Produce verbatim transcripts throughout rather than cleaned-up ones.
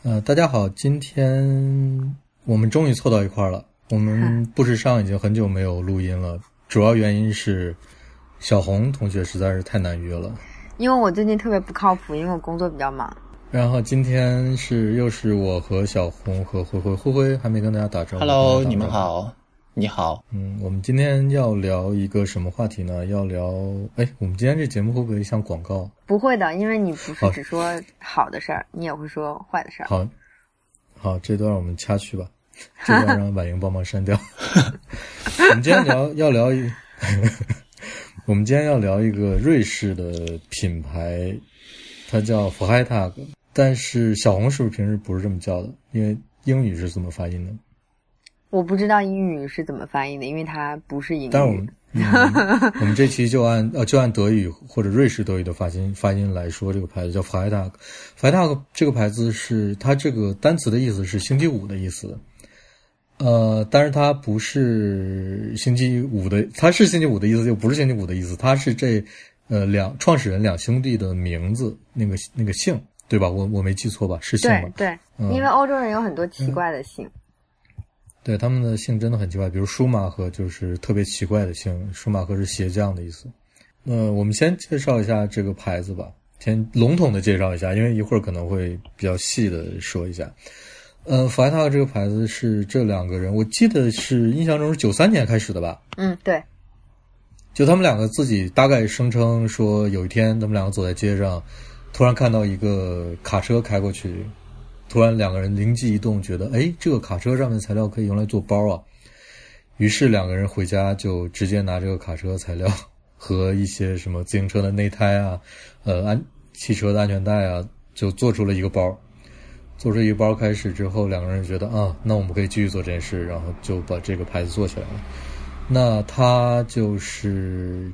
呃，大家好，今天我们终于凑到一块儿了。我们不时尚已经很久没有录音了，主要原因是小红同学实在是太难约了。 因为我最近特别不靠谱，因为我工作比较忙。 然后今天是又是我和小红和灰灰，灰灰还没跟大家打招呼。 Hello，你们好，你好。 嗯，我们今天要聊一个什么话题呢？要聊，哎，我们今天这节目会不会像广告？ 不会的，因为你不是只说好的事儿，你也会说坏的事儿。 好，好，这段我们掐去吧，这段让婉莹帮忙删掉。我们今天聊要聊一，我们今天要聊一个瑞士的品牌，它叫 Freitag， 但是小红是不是平时不是这么叫的？因为英语是怎么发音的？ 我不知道英语是怎么翻译的，因为它不是英语。 但是我们、嗯、我们这期就按呃就按德语或者瑞士德语的发音发音来说，这个牌子叫 Freitag。Freitag 这个牌子是它这个单词的意思是星期五的意思。呃，但是它不是星期五的，它是星期五的意思，又不是星期五的意思。它是这呃两创始人两兄弟的名字，那个那个姓，对吧？我我没记错吧？是姓吗？ 对对、 嗯， 因为欧洲人有很多奇怪的姓。嗯对，他们的姓真的很奇怪，比如舒马赫就是特别奇怪的姓，舒马赫是鞋匠的意思。呃，我们先介绍一下这个牌子吧，先笼统的介绍一下，因为一会儿可能会比较细的说一下。呃，弗莱塔这个牌子是这两个人，我记得是印象中是九三年开始的吧？ 嗯，对。 就他们两个自己大概声称说，有一天他们两个走在街上，突然看到一个卡车开过去。突然两个人灵机一动，觉得诶这个卡车上面的材料可以用来做包啊，于是两个人回家就直接拿这个卡车材料和一些什么自行车的内胎啊，呃安汽车的安全带啊，就做出了一个包。做出一个包开始之后，两个人觉得啊，那我们可以继续做这件事，然后就把这个牌子做起来了。那它就是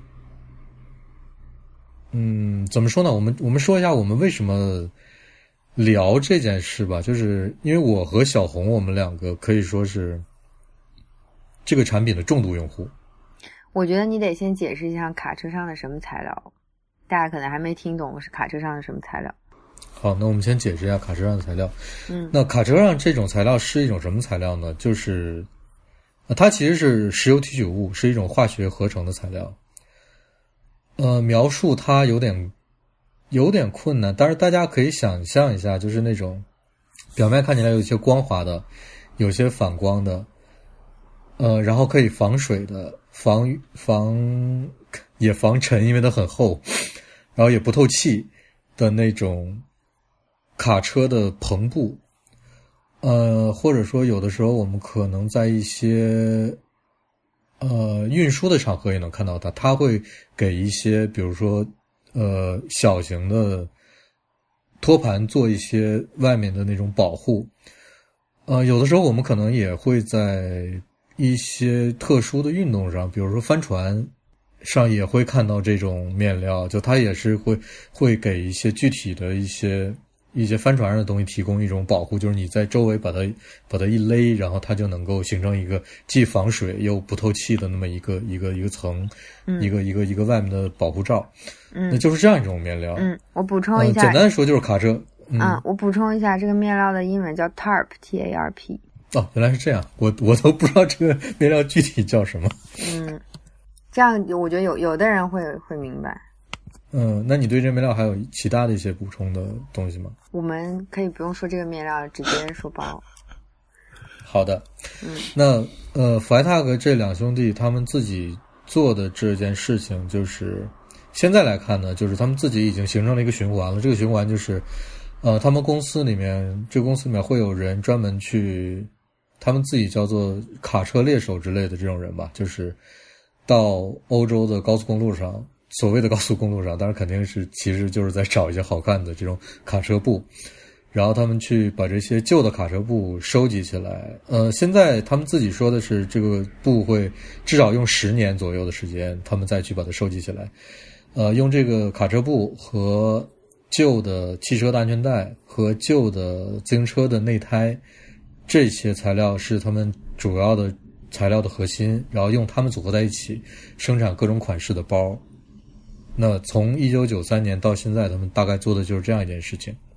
嗯怎么说呢，我们我们说一下我们为什么聊这件事吧，就是因为我和小红我们两个可以说是这个产品的重度用户。 我觉得你得先解释一下卡车上的什么材料，大家可能还没听懂是卡车上的什么材料。 好，那我们先解释一下卡车上的材料。 嗯， 那卡车上这种材料是一种什么材料呢？就是它其实是石油提取物，是一种化学合成的材料。呃，描述它有点有点困难，但是大家可以想象一下，就是那种表面看起来有一些光滑的，有些反光的，呃，然后可以防水的，防防也防尘，因为它很厚，然后也不透气的那种卡车的篷布。呃，或者说有的时候我们可能在一些呃运输的场合也能看到它，它会给一些比如说呃，小型的托盘做一些外面的那种保护。呃，有的时候我们可能也会在一些特殊的运动上，比如说帆船上也会看到这种面料，就它也是会会给一些具体的一些一些帆船上的东西提供一种保护，就是你在周围把它把它一勒，然后它就能够形成一个既防水又不透气的那么一个一个一个层， 嗯、 一个一个一个外面的保护罩。 嗯， 那就是这样一种面料。 嗯，我补充一下， 呃、简单的说就是卡车。嗯， 啊，我补充一下，这个面料的英文叫 Tarp T A R P。 哦，原来是这样，我我都不知道这个面料具体叫什么。 嗯，这样我觉得有有的人会会明白。 嗯，那你对这面料还有其他的一些补充的东西吗？ 我们可以不用说这个面料，直接说包。 好的。 嗯， 那呃，弗莱塔格这两兄弟他们自己做的这件事情，就是现在来看呢，就是他们自己已经形成了一个循环了。这个循环就是，呃，他们公司里面，这个公司里面会有人专门去，他们自己叫做卡车猎手之类的这种人吧，就是到欧洲的高速公路上。所谓的高速公路上，当然肯定是其实就是在找一些好看的这种卡车布，然后他们去把这些旧的卡车布收集起来。呃，现在他们自己说的是这个布会至少用十年左右的时间，他们再去把它收集起来。呃，用这个卡车布和旧的汽车的安全带和旧的自行车的内胎，这些材料是他们主要的材料的核心，然后用它们组合在一起生产各种款式的包。那从一九九三年到现在，他们大概做的就是这样一件事情。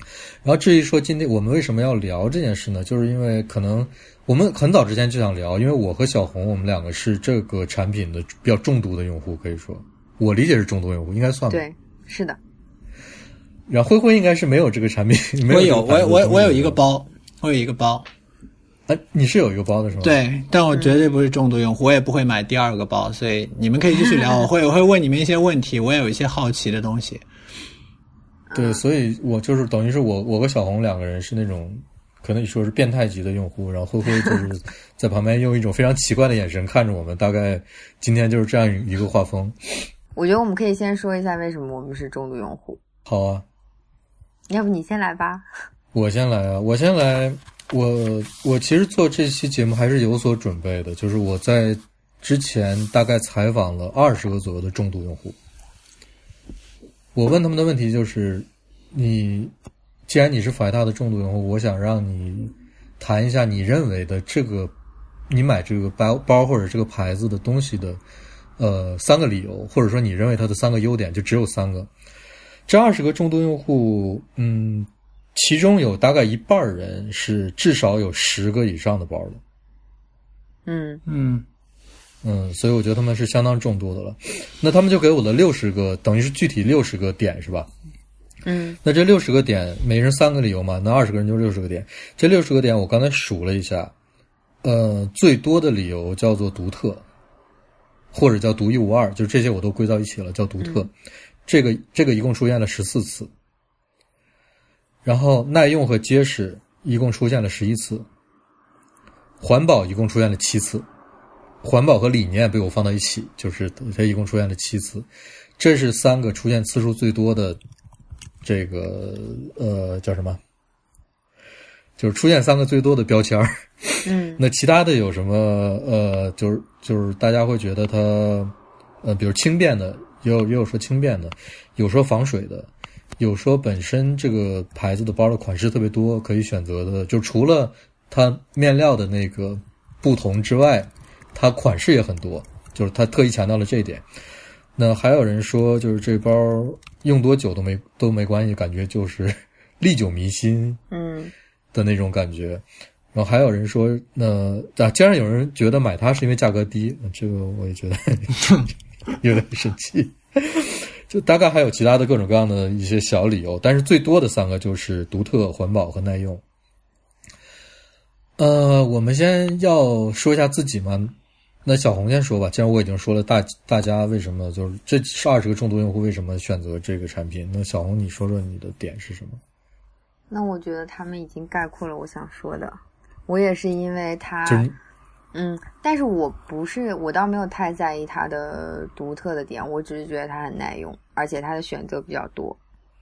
然后至于说今天我们为什么要聊这件事呢，就是因为可能我们很早之前就想聊，因为我和小红我们两个是这个产品的比较重度的用户，可以说我理解是重度用户，应该算吧。 对，是的。 然后灰灰应该是没有这个产品，没有我有，我我我有一个包，我有一个包。 啊，你是有一个包的是吗？ 对，但我绝对不是重度用户，我也不会买第二个包，所以你们可以继续聊，我会我会问你们一些问题，我也有一些好奇的东西。 对，所以我就是等于是我我和小红两个人是那种可能说是变态级的用户，然后灰灰就是在旁边用一种非常奇怪的眼神看着我们，大概今天就是这样一个画风。 我觉得我们可以先说一下为什么我们是重度用户。 好啊， 要不你先来吧。 我先来啊，我先来。我我其实做这期节目还是有所准备的，就是我在之前大概采访了二十个左右的重度用户。我问他们的问题就是，你既然你是怀塔的重度用户，我想让你谈一下你认为的这个你买这个包包或者这个牌子的东西的呃三个理由，或者说你认为它的三个优点，就只有三个。这二十个重度用户，嗯。其中有大概一半人是至少有十个以上的包的， 嗯嗯嗯，所以我觉得他们是相当重度的了。那他们就给我了六十个，等于是具体六十个点是吧？ 嗯， 那这六十个点，每人三个理由嘛，那二十个人就六十个点。这六十个点我刚才数了一下，呃，最多的理由叫做独特，或者叫独一无二，就这些我都归到一起了，叫独特。嗯、这个这个一共出现了十四次。然后耐用和结实一共出现了十一次，环保一共出现了七次，环保和理念被我放到一起，就是它一共出现了七次，这是三个出现次数最多的这个呃叫什么？就是出现三个最多的标签儿。 嗯， 那其他的有什么？呃，就是就是大家会觉得它呃，比如轻便的，也有也有说轻便的，有说防水的。有说本身这个牌子的包的款式特别多，可以选择的，就除了它面料的那个不同之外，它款式也很多，就是他特意强调了这一点。那还有人说，就是这包用多久都没都没关系，感觉就是历久弥新， 嗯的那种感觉。然后还有人说，那啊，既然有人觉得买它是因为价格低，这个我也觉得有点生气。就大概还有其他的各种各样的一些小理由，但是最多的三个就是独特、环保和耐用。呃，我们先要说一下自己嘛，那小红先说吧。既然我已经说了大大家为什么就是这是二十个重度用户为什么选择这个产品，那小红你说说你的点是什么？ 那我觉得他们已经概括了我想说的。我也是因为它， 就是嗯，但是我不是，我倒没有太在意它的独特的点，我只是觉得它很耐用，而且它的选择比较多。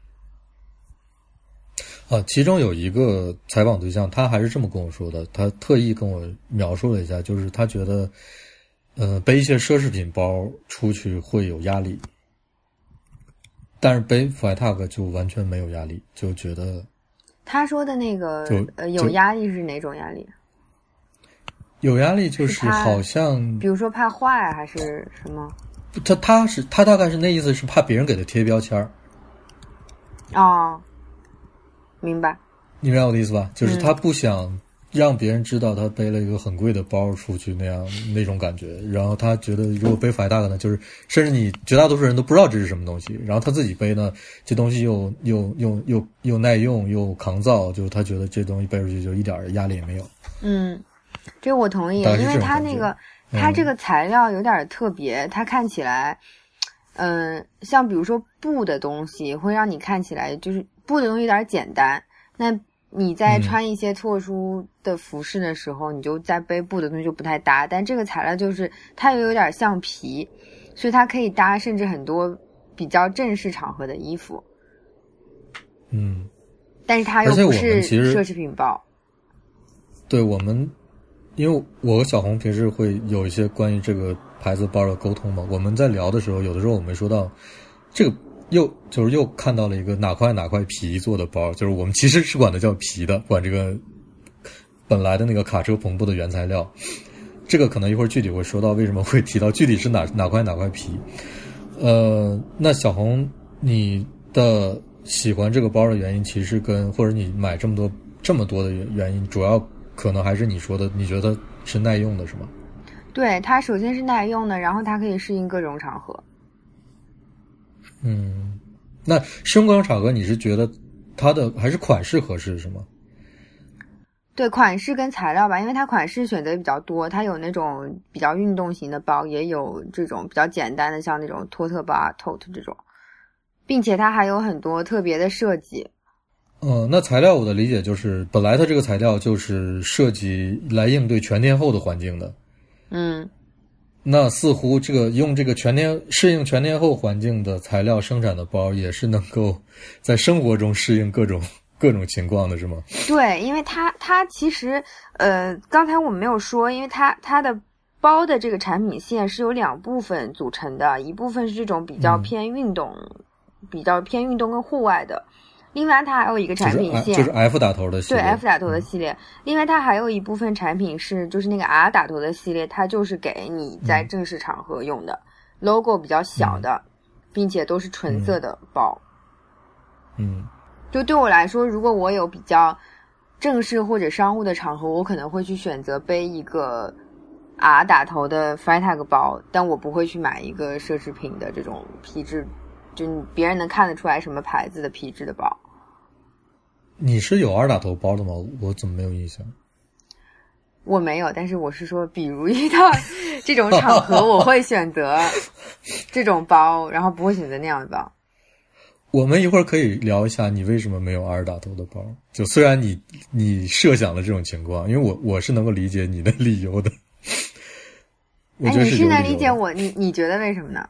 啊，其中有一个采访对象，他还是这么跟我说的，他特意跟我描述了一下，就是他觉得，呃，背一些奢侈品包出去会有压力，但是背 Freitag 就完全没有压力，就觉得。 他说的那个呃有压力是哪种压力？ 有压力就是好像， 比如说怕坏还是什么？ 他他是他大概是那意思是怕别人给他贴标签儿。 哦，明白。 你明白我的意思吧？就是他不想让别人知道他背了一个很贵的包出去那样那种感觉，然后他觉得如果背 Freitag 呢，就是甚至你绝大多数人都不知道这是什么东西，然后他自己背呢，这东西又又又又又耐用又抗造，就是他觉得这东西背出去就一点压力也没有。 嗯。这个我同意，因为它那个它这个材料有点特别，它看起来嗯、呃，像比如说布的东西会让你看起来就是布的东西有点简单，那你在穿一些特殊的服饰的时候、嗯、你就在背布的东西就不太搭，但这个材料就是它又有点像皮，所以它可以搭甚至很多比较正式场合的衣服。 嗯， 但是它又不是奢侈品包。 对，我们因为我和小红平时会有一些关于这个牌子包的沟通嘛，我们在聊的时候，有的时候我们说到这个又就是又看到了一个哪块哪块皮做的包，就是我们其实是管它叫皮的，管这个本来的那个卡车篷布的原材料。这个可能一会儿具体会说到为什么会提到具体是哪哪块哪块皮。呃，那小红你的喜欢这个包的原因，其实跟或者你买这么多这么多的原因，主要可能还是你说的，你觉得是耐用的，是吗？ 对，它首先是耐用的，然后它可以适应各种场合。 嗯，那适应各种场合，你是觉得它的还是款式合适是吗？ 对，款式跟材料吧，因为它款式选择比较多，它有那种比较运动型的包，也有这种比较简单的，像那种托特包、tote 这种，并且它还有很多特别的设计。 嗯，那材料我的理解就是，本来它这个材料就是设计来应对全天候的环境的。 嗯， 那似乎这个用这个全天适应全天候环境的材料生产的包，也是能够在生活中适应各种各种情况的，是吗？ 对，因为它它其实呃，刚才我们没有说，因为它它的包的这个产品线是由两部分组成的，一部分是这种比较偏运动、嗯、比较偏运动跟户外的，另外它还有一个产品线， 就是、就是 F 打头的系列， 对 F 打头的系列、嗯、另外它还有一部分产品是就是那个 R 打头的系列，它就是给你在正式场合用的、嗯、logo 比较小的、嗯、并且都是纯色的包。 嗯， 就对我来说，如果我有比较正式或者商务的场合，我可能会去选择背一个 R 打头的 Freitag 包，但我不会去买一个奢侈品的这种皮质，就别人能看得出来什么牌子的皮质的包。 你是有 R 打头包的吗？我怎么没有印象？ 我没有，但是我是说，比如遇到这种场合，我会选择这种包，然后不会选择那样的包。 我们一会儿可以聊一下你为什么没有 R 打头的包。就虽然你你设想了这种情况，因为我我是能够理解你的理由的。我觉得是有理由的。 哎，你是能理解我，你你觉得为什么呢？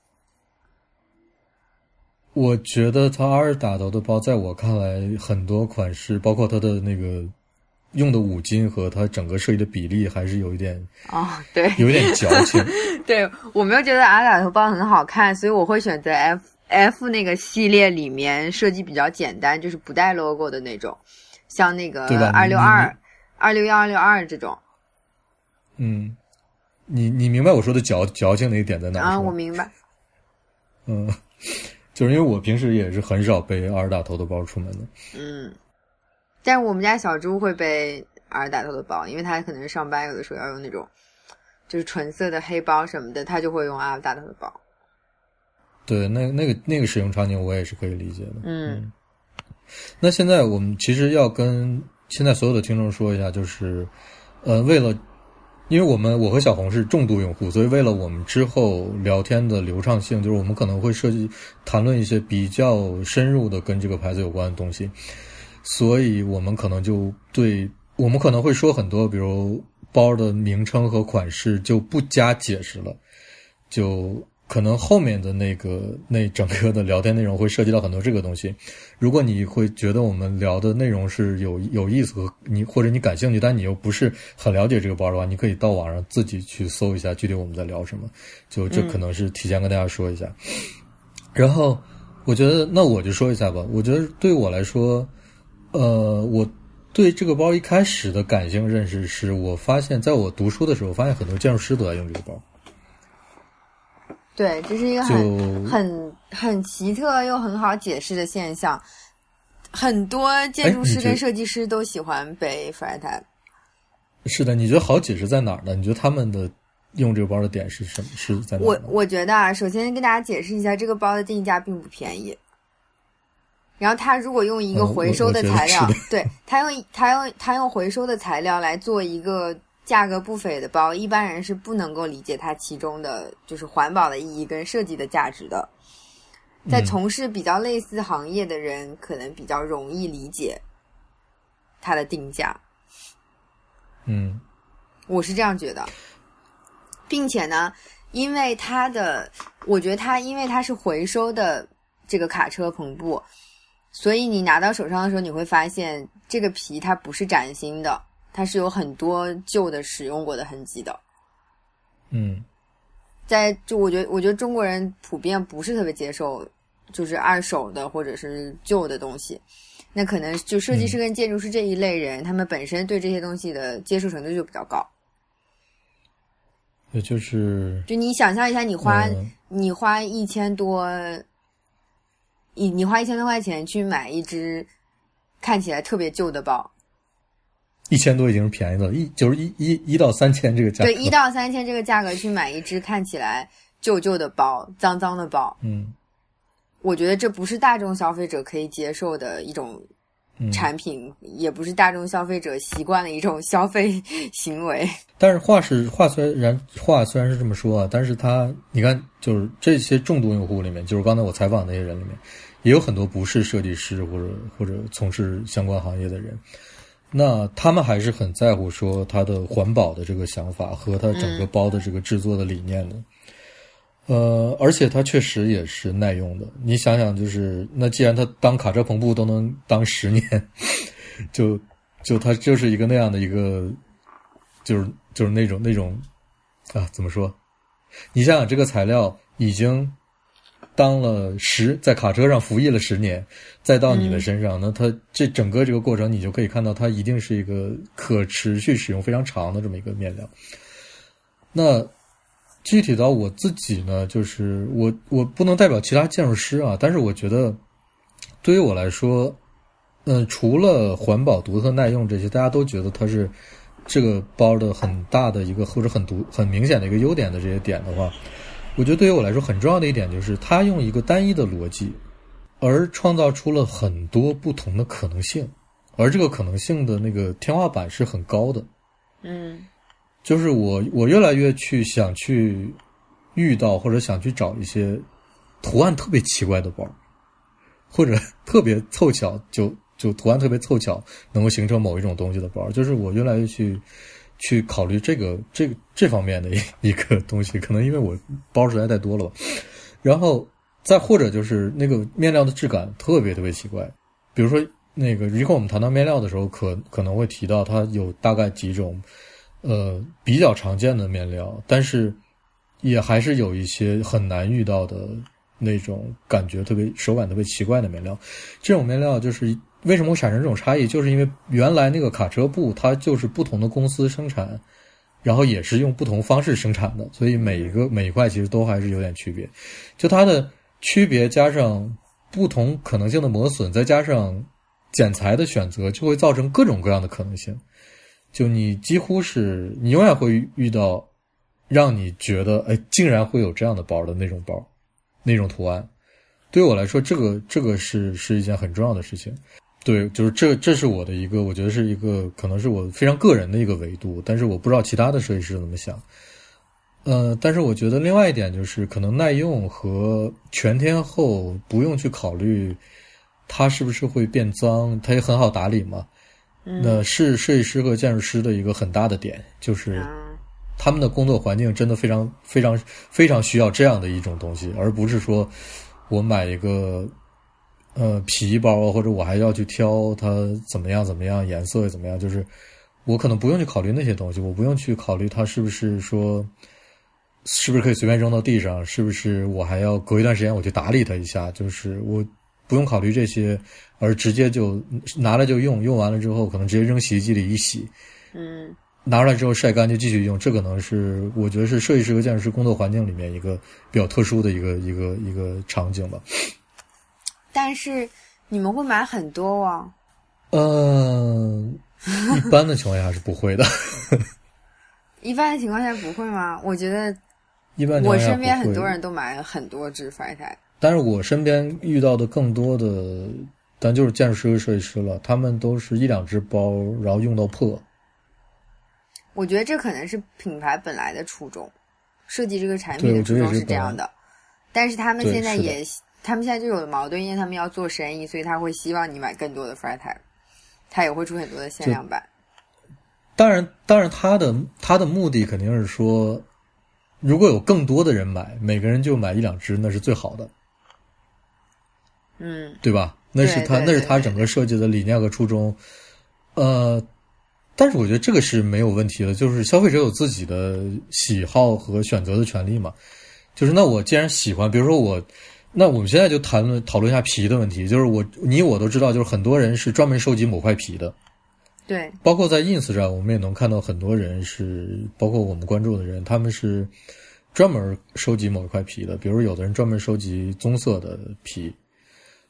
我觉得它 R 打头的包，在我看来，很多款式，包括它的那个用的五金和它整个设计的比例，还是有一点哦，对， 有一点矫情。 对，我没有觉得 R 打头包很好看，所以我会选择 F。F 那个系列里面设计比较简单，就是不带 logo 的那种，像那个二六二、二六一、二六二这种。 嗯，你你明白我说的矫矫情的一点在哪？ 啊，我明白。 嗯，就是因为我平时也是很少背 R 打头的包出门的。 嗯，但是我们家小猪会背 R 打头的包，因为他可能上班有的时候要用那种就是纯色的黑包什么的，他就会用 R 打头的包。 对，那那个那个使用场景我也是可以理解的。 嗯， 嗯，那现在我们其实要跟现在所有的听众说一下，就是呃，为了因为我们我和小红是重度用户，所以为了我们之后聊天的流畅性，就是我们可能会涉及谈论一些比较深入的跟这个牌子有关的东西，所以我们可能就对我们可能会说很多，比如包的名称和款式就不加解释了，就可能后面的那个那整个的聊天内容会涉及到很多这个东西。如果你会觉得我们聊的内容是有有意思和你或者你感兴趣，但你又不是很了解这个包的话，你可以到网上自己去搜一下具体我们在聊什么，就这可能是提前跟大家说一下。嗯、然后我觉得那我就说一下吧，我觉得对我来说呃我对这个包一开始的感性认识是我发现在我读书的时候发现很多建筑师都在用这个包。 对，这是一个很很很奇特又很好解释的现象。很多建筑师跟设计师都喜欢背 Freitag。 是的，你觉得好解释在哪儿呢？你觉得他们的用这个包的点是什么？是在哪儿呢？ 我我觉得啊，首先跟大家解释一下，这个包的定价并不便宜。然后他如果用一个回收的材料， 嗯、 对他用他用他用回收的材料来做一个价格不菲的包，一般人是不能够理解它其中的就是环保的意义跟设计的价值的。在从事比较类似行业的人，嗯、可能比较容易理解它的定价。 嗯， 我是这样觉得，并且呢，因为它的，我觉得它因为它是回收的这个卡车篷布，所以你拿到手上的时候，你会发现这个皮它不是崭新的。它是有很多旧的使用过的痕迹的。 嗯， 在就我觉得我觉得中国人普遍不是特别接受就是二手的或者是旧的东西，那可能就设计师跟建筑师这一类人、嗯、他们本身对这些东西的接受程度就比较高。 也就是就你想象一下，你花、嗯、你花一千多你你花一千多块钱去买一只看起来特别旧的包， 一千多已经是便宜的，一就是一一一到三千这个价格， 对，一到三千这个价格去买一只看起来旧旧的包、脏脏的包， 嗯， 我觉得这不是大众消费者可以接受的一种产品，嗯、也不是大众消费者习惯的一种消费行为。 但是话是话虽然话虽然是这么说啊，但是他你看，就是这些重度用户里面，就是刚才我采访的那些人里面，也有很多不是设计师或者或者从事相关行业的人。那他们还是很在乎说它的环保的这个想法和它整个包的这个制作的理念的，嗯、呃，而且它确实也是耐用的。你想想，就是那既然它当卡车篷布都能当十年，就就它就是一个那样的一个，就是就是那种那种啊，怎么说？你想想，这个材料已经当了十，在卡车上服役了十年，再到你的身上，嗯、那它这整个这个过程，你就可以看到它一定是一个可持续使用非常长的这么一个面料。那具体到我自己呢，就是我我不能代表其他建筑师啊，但是我觉得对于我来说，嗯、呃，除了环保、独特、耐用这些，大家都觉得它是这个包的很大的一个或者很独很明显的一个优点的这些点的话。我觉得对于我来说很重要的一点就是，他用一个单一的逻辑，而创造出了很多不同的可能性，而这个可能性的那个天花板是很高的。 嗯， 就是我我越来越去想去遇到或者想去找一些图案特别奇怪的包，或者特别凑巧就就图案特别凑巧能够形成某一种东西的包，就是我越来越去。去考虑这个这个这方面的一个东西，可能因为我包实在太多了吧。然后再或者就是那个面料的质感特别特别奇怪，比如说那个一会儿我们谈到面料的时候，可可能会提到它有大概几种呃比较常见的面料，但是也还是有一些很难遇到的那种感觉特别手感特别奇怪的面料。这种面料就是为什么会产生这种差异，就是因为原来那个卡车布它就是不同的公司生产，然后也是用不同方式生产的，所以每一个每一块其实都还是有点区别。就它的区别加上不同可能性的磨损，再加上剪裁的选择，就会造成各种各样的可能性。就你几乎是你永远会遇到让你觉得哎，竟然会有这样的包的那种包，那种图案。对我来说，这个这个是是一件很重要的事情。对，就是这这是我的一个，我觉得是一个可能是我非常个人的一个维度，但是我不知道其他的设计师怎么想。呃，但是我觉得另外一点就是，可能耐用和全天候不用去考虑它是不是会变脏，它也很好打理嘛。嗯、那是设计师和建筑师的一个很大的点，就是他们的工作环境真的非常非常非常需要这样的一种东西，而不是说我买一个。呃，皮衣包或者我还要去挑它怎么样怎么样，颜色怎么样，就是我可能不用去考虑那些东西，我不用去考虑它是不是说是不是可以随便扔到地上，是不是我还要隔一段时间我去打理它一下，就是我不用考虑这些，而直接就拿来就用，用完了之后可能直接扔洗衣机里一洗， 嗯， 拿出来之后晒干就继续用，这可能是我觉得是设计师和建筑师工作环境里面一个比较特殊的一个一个一个场景吧。 但是你们会买很多哦？ 呃，一般的情况下是不会的。 一般的情况下不会吗？我觉得， 一般我身边很多人都买很多只 Freitag。 但是我身边遇到的更多的，但就是建筑师和设计师了，他们都是一两只包，然后用到破。 我觉得这可能是品牌本来的初衷，设计这个产品的初衷是这样的，但是他们现在也。他们现在就有矛盾，因为他们要做生意，所以他会希望你买更多的 Freitag， 他也会出很多的限量版。 当然，当然他的他的目的肯定是说，如果有更多的人买，每个人就买一两只，那是最好的。 嗯， 对吧？那是他那是他整个设计的理念和初衷。呃，但是我觉得这个是没有问题的，就是消费者有自己的喜好和选择的权利嘛。就是那我既然喜欢，比如说我。那我们现在就谈论讨论一下皮的问题，就是我你我都知道，就是很多人是专门收集某块皮的， 对， 包括在 ins 上，我们也能看到很多人是，包括我们关注的人，他们是专门收集某一块皮的，比如有的人专门收集棕色的皮，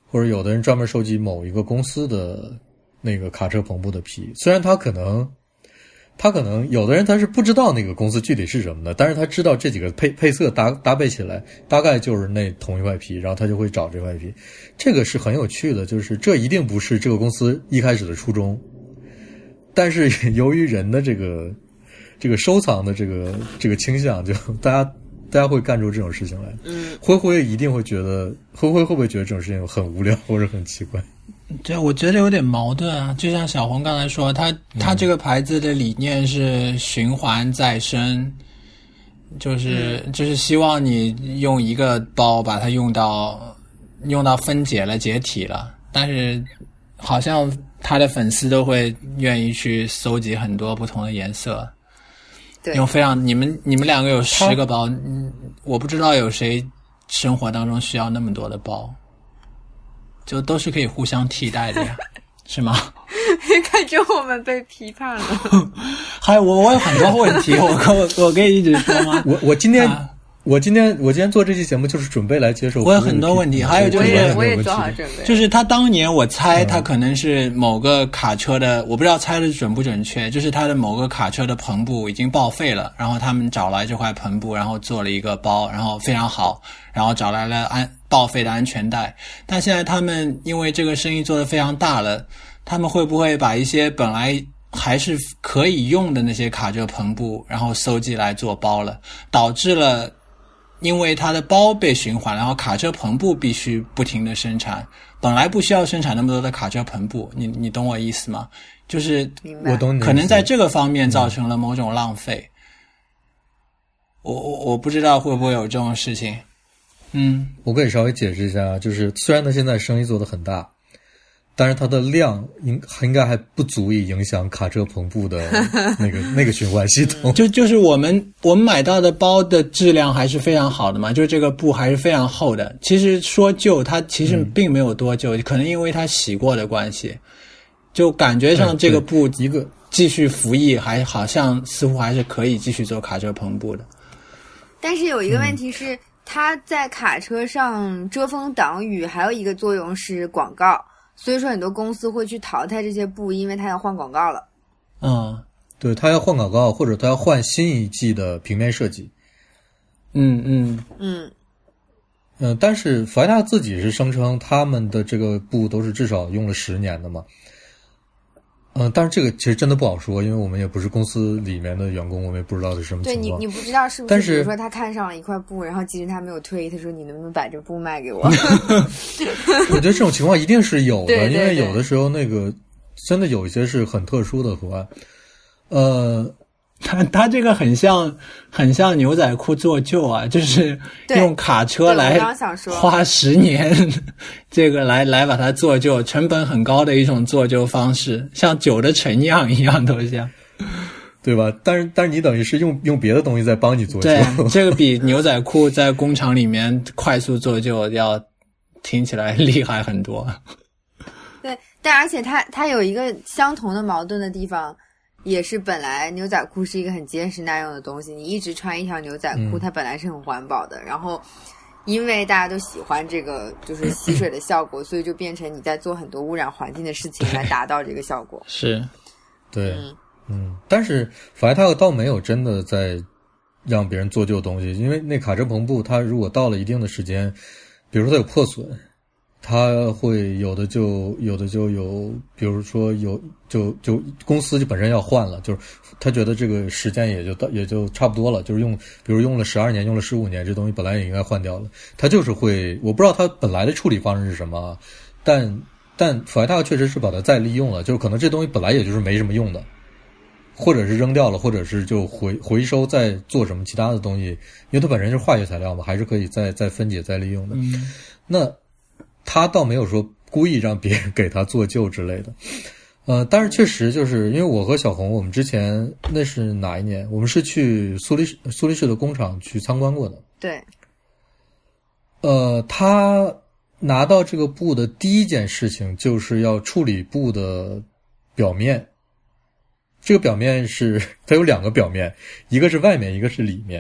或者有的人专门收集某一个公司的那个卡车篷布的皮，虽然他可能他可能有的人他是不知道那个公司具体是什么的，但是他知道这几个配配色搭搭配起来大概就是那同一块皮，然后他就会找这块皮。这个是很有趣的，就是这一定不是这个公司一开始的初衷，但是由于人的这个这个收藏的这个这个倾向，就大家大家会干出这种事情来。 嗯， 灰灰一定会觉得灰灰会不会觉得这种事情很无聊或者很奇怪？ 对，我觉得有点矛盾啊。就像小红刚才说，他他这个牌子的理念是循环再生，就是就是希望你用一个包把它用到用到分解了解体了，但是好像他的粉丝都会愿意去搜集很多不同的颜色。 对， 用非常你们你们两个有十个包，嗯，我不知道有谁生活当中需要那么多的包。就都是可以互相替代的呀，是吗？ 感觉我们被批判了。 还有我我有很多问题，我我我可以一直说吗？ 我我今天、啊、我今天我今天做这期节目就是准备来接受。 我有很多问题，还有就是我也我也做好准备。 就是他当年我猜他可能是某个卡车的，嗯、我不知道猜的准不准确，就是他的某个卡车的篷布已经报废了，然后他们找来这块篷布，然后做了一个包，然后非常好，然后找来了安。报废的安全带，但现在他们因为这个生意做得非常大了，他们会不会把一些本来还是可以用的那些卡车篷布，然后收集来做包了，导致了因为它的包被循环，然后卡车篷布必须不停的生产，本来不需要生产那么多的卡车篷布，你你懂我意思吗？就是我懂你， 可能在这个方面造成了某种浪费。我我我不知道会不会有这种事情。嗯， 我可以稍微解释一下，就是虽然他现在生意做得很大，但是它的量应应该还不足以影响卡车篷布的那个那个循环系统。 就就是我们我们买到的包的质量还是非常好的嘛，就是这个布还是非常厚的。其实说旧，它其实并没有多旧，嗯、可能因为它洗过的关系，就感觉上这个布一个继续服役，还好像似乎还是可以继续做卡车篷布的。 但是有一个问题是。嗯，它在卡车上遮风挡雨，还有一个作用是广告，所以说很多公司会去淘汰这些布，因为它要换广告了。 嗯， 对，它要换广告，或者它要换新一季的平面设计。 嗯嗯嗯嗯、呃，但是弗莱塔自己是声称他们的这个布都是至少用了十年的嘛。嗯、呃，但是这个其实真的不好说，因为我们也不是公司里面的员工，我们也不知道是什么情况。 对，你你不知道是不是？ 但是比如说他看上了一块布，然后即使他没有退，他说你能不能把这布卖给我？ 我觉得这种情况一定是有的， 对对对， 因为有的时候那个真的有一些是很特殊的图案。呃， 他他这个很像很像牛仔裤做旧啊，就是用卡车来花十年，这个来来把它做旧，成本很高的一种做旧方式，像酒的陈酿一样都像， 对吧？但是但是你等于是用用别的东西在帮你做旧， 对，这个比牛仔裤在工厂里面快速做旧要听起来厉害很多。 对，但而且它它有一个相同的矛盾的地方。也是本来牛仔裤是一个很结实耐用的东西，你一直穿一条牛仔裤，它本来是很环保的，嗯、然后因为大家都喜欢这个就是吸水的效果，所以就变成你在做很多污染环境的事情来达到这个效果。 是， 对，嗯，嗯但是弗莱塔倒没有真的在让别人做旧东西，因为那卡车篷布它如果到了一定的时间，比如说它有破损。它会有的就有的就有，比如说有就就公司就本身要换了，就是他觉得这个时间也就到也就差不多了，就是用比如用了十二年，用了十五年，这东西本来也应该换掉了。他就是会，我不知道他本来的处理方式是什么，但但弗莱塔确实是把它再利用了，就是可能这东西本来也就是没什么用的，或者是扔掉了，或者是就回回收再做什么其他的东西，因为它本身是化学材料嘛，还是可以再再分解再利用的。 嗯， 那。他倒没有说故意让别人给他做旧之类的，呃，但是确实就是因为我和小红，我们之前那是哪一年？我们是去苏黎世苏黎世的工厂去参观过的。 对。 呃，他拿到这个布的第一件事情就是要处理布的表面。这个表面是它有两个表面，一个是外面，一个是里面。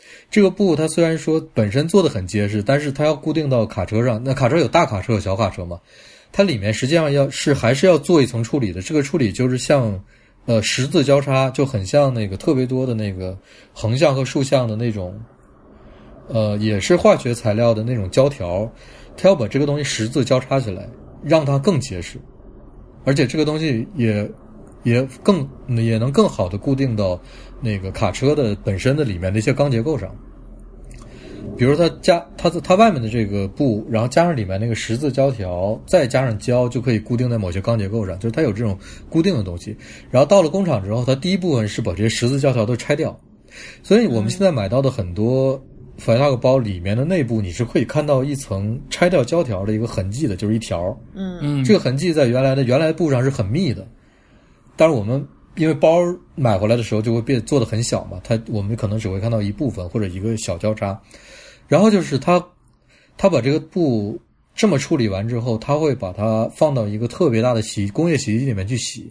这个布它虽然说本身做的很结实，但是它要固定到卡车上，那卡车有大卡车有小卡车嘛，它里面实际上要是还是要做一层处理的，这个处理就是像呃十字交叉，就很像那个特别多的那个横向和竖向的那种呃也是化学材料的那种胶条，它要把这个东西十字交叉起来，让它更结实，而且这个东西也也更也能更好的固定到那个卡车的本身的里面的一些钢结构上。比如它加它它外面的这个布，然后加上里面那个十字胶条，再加上胶，就可以固定在某些钢结构上，就是它有这种固定的东西。然后到了工厂之后，它第一部分是把这些十字胶条都拆掉，所以我们现在买到的很多反塔克包里面的内部，你是可以看到一层拆掉胶条的一个痕迹的，就是一条。 嗯嗯， 这个痕迹在原来的原来的布上是很密的，但是我们因为包买回来的时候就会变做的很小嘛，它我们可能只会看到一部分或者一个小交叉。然后就是它它把这个布这么处理完之后，它会把它放到一个特别大的洗工业洗衣机里面去洗。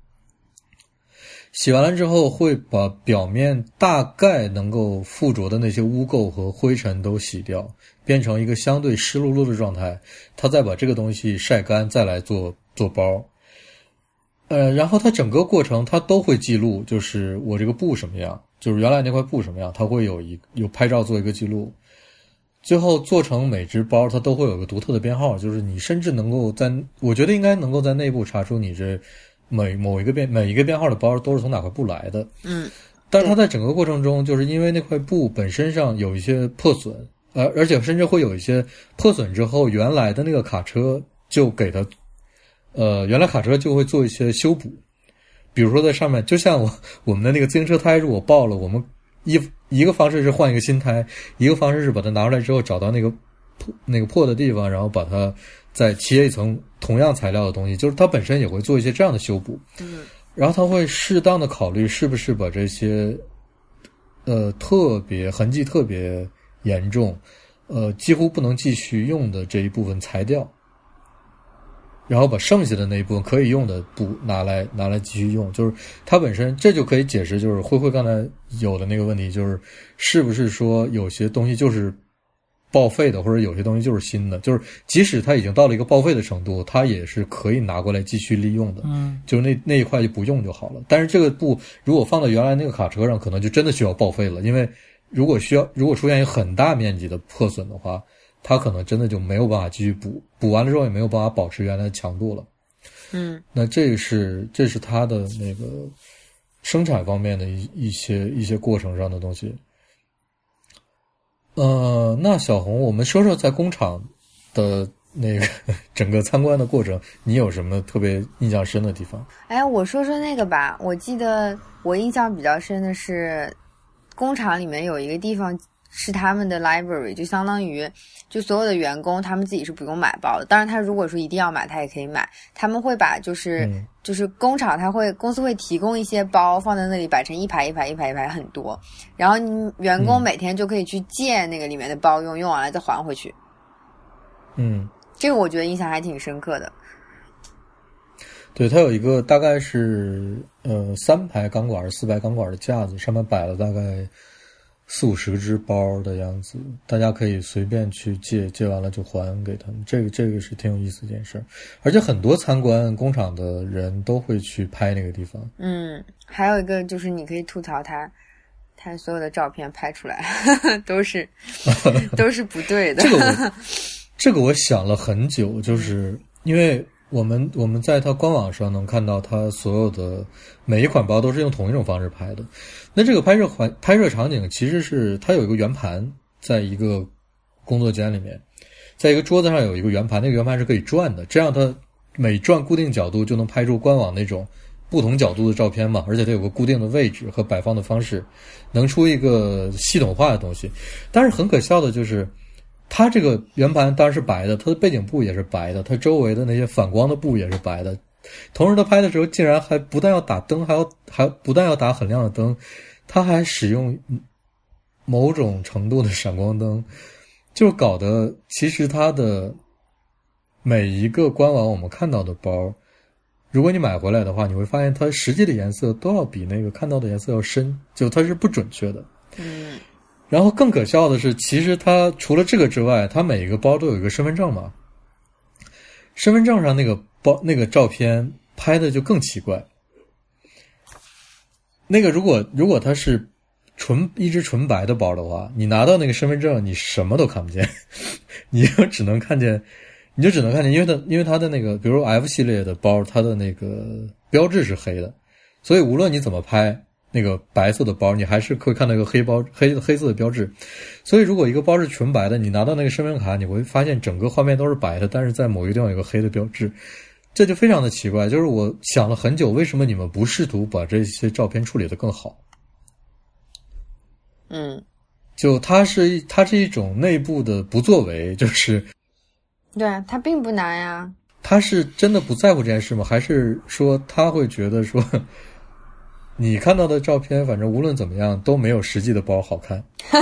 洗完了之后会把表面大概能够附着的那些污垢和灰尘都洗掉，变成一个相对湿漉漉的状态，它再把这个东西晒干，再来做做包。呃，然后它整个过程它都会记录，就是我这个布什么样，就是原来那块布什么样，它会有一有拍照做一个记录。最后做成每只包它都会有一个独特的编号，就是你甚至能够在我觉得应该能够在内部查出你这每某一个编每一个编号的包都是从哪块布来的。 嗯， 但是它在整个过程中，就是因为那块布本身上有一些破损，呃，而且甚至会有一些破损之后，原来的那个卡车就给它，呃，原来卡车就会做一些修补，比如说在上面，就像我我们的那个自行车胎，如果爆了，我们一一个方式是换一个新胎，一个方式是把它拿出来之后找到那个破那个破的地方，然后把它再贴一层同样材料的东西，就是它本身也会做一些这样的修补。 嗯， 然后它会适当的考虑是不是把这些呃特别痕迹特别严重，呃几乎不能继续用的这一部分裁掉，然后把剩下的那一部分可以用的布拿来拿来继续用。就是它本身这就可以解释，就是灰灰刚才有的那个问题，就是是不是说有些东西就是报废的，或者有些东西就是新的，就是即使它已经到了一个报废的程度，它也是可以拿过来继续利用的。 嗯， 就是那那一块就不用就好了。但是这个布如果放到原来那个卡车上，可能就真的需要报废了，因为如果需要如果出现一个很大面积的破损的话，它可能真的就没有办法继续补，补完了之后也没有办法保持原来的强度了。 嗯， 那这是这是它的那个生产方面的一一些一些过程上的东西。呃，那小红，我们说说在工厂的那个整个参观的过程，你有什么特别印象深的地方？ 哎，我说说那个吧。我记得我印象比较深的是，工厂里面有一个地方是他们的 library， 就相当于就所有的员工他们自己是不用买包的。当然，他如果说一定要买，他也可以买。他们会把就是、嗯、就是工厂他会公司会提供一些包放在那里，摆成一排一排一排一排很多，然后你员工每天就可以去借那个里面的包用，用完了再还回去。 嗯， 这个我觉得印象还挺深刻的。 对，它有一个大概是呃三排钢管四排钢管的架子，上面摆了大概四五十只包的样子，大家可以随便去借，借完了就还给他们。这个这个是挺有意思的一件事，而且很多参观工厂的人都会去拍那个地方。 嗯，还有一个就是你可以吐槽他，他所有的照片拍出来都是都是不对的。 这个我这个我想了很久，就是因为我们我们在它官网上能看到它所有的每一款包都是用同一种方式拍的。那这个拍摄环拍摄场景其实是它有一个圆盘，在一个工作间里面，在一个桌子上有一个圆盘，那个圆盘是可以转的，这样它每转固定角度就能拍出官网那种不同角度的照片嘛，而且它有个固定的位置和摆放的方式，能出一个系统化的东西。但是很可笑的就是它这个圆盘当然是白的，它的背景布也是白的，它周围的那些反光的布也是白的，同时它拍的时候竟然还不但要打灯，还要还不但要打很亮的灯，它还使用某种程度的闪光灯，就搞得其实它的每一个官网我们看到的包，如果你买回来的话，你会发现它实际的颜色都要比那个看到的颜色要深，就它是不准确的。 嗯， 然后更可笑的是，其实它除了这个之外，它每个包都有一个身份证嘛。身份证上那个包那个照片拍的就更奇怪。那个如果如果它是纯一只纯白的包的话，你拿到那个身份证，你什么都看不见，你就只能看见，你就只能看见，因为它因为它的那个，比如 F 系列的包，它的那个标志是黑的，所以无论你怎么拍那个白色的包，你还是会看到一个黑包黑黑色的标志。所以如果一个包是纯白的，你拿到那个身份卡，你会发现整个画面都是白的，但是在某一个地方有一个黑的标志，这就非常的奇怪。就是我想了很久，为什么你们不试图把这些照片处理得更好？ 嗯， 就它是它是一种内部的不作为，就是对它并不难呀。 他是真的不在乎这件事吗？还是说他会觉得说你看到的照片反正无论怎么样都没有实际的包好看？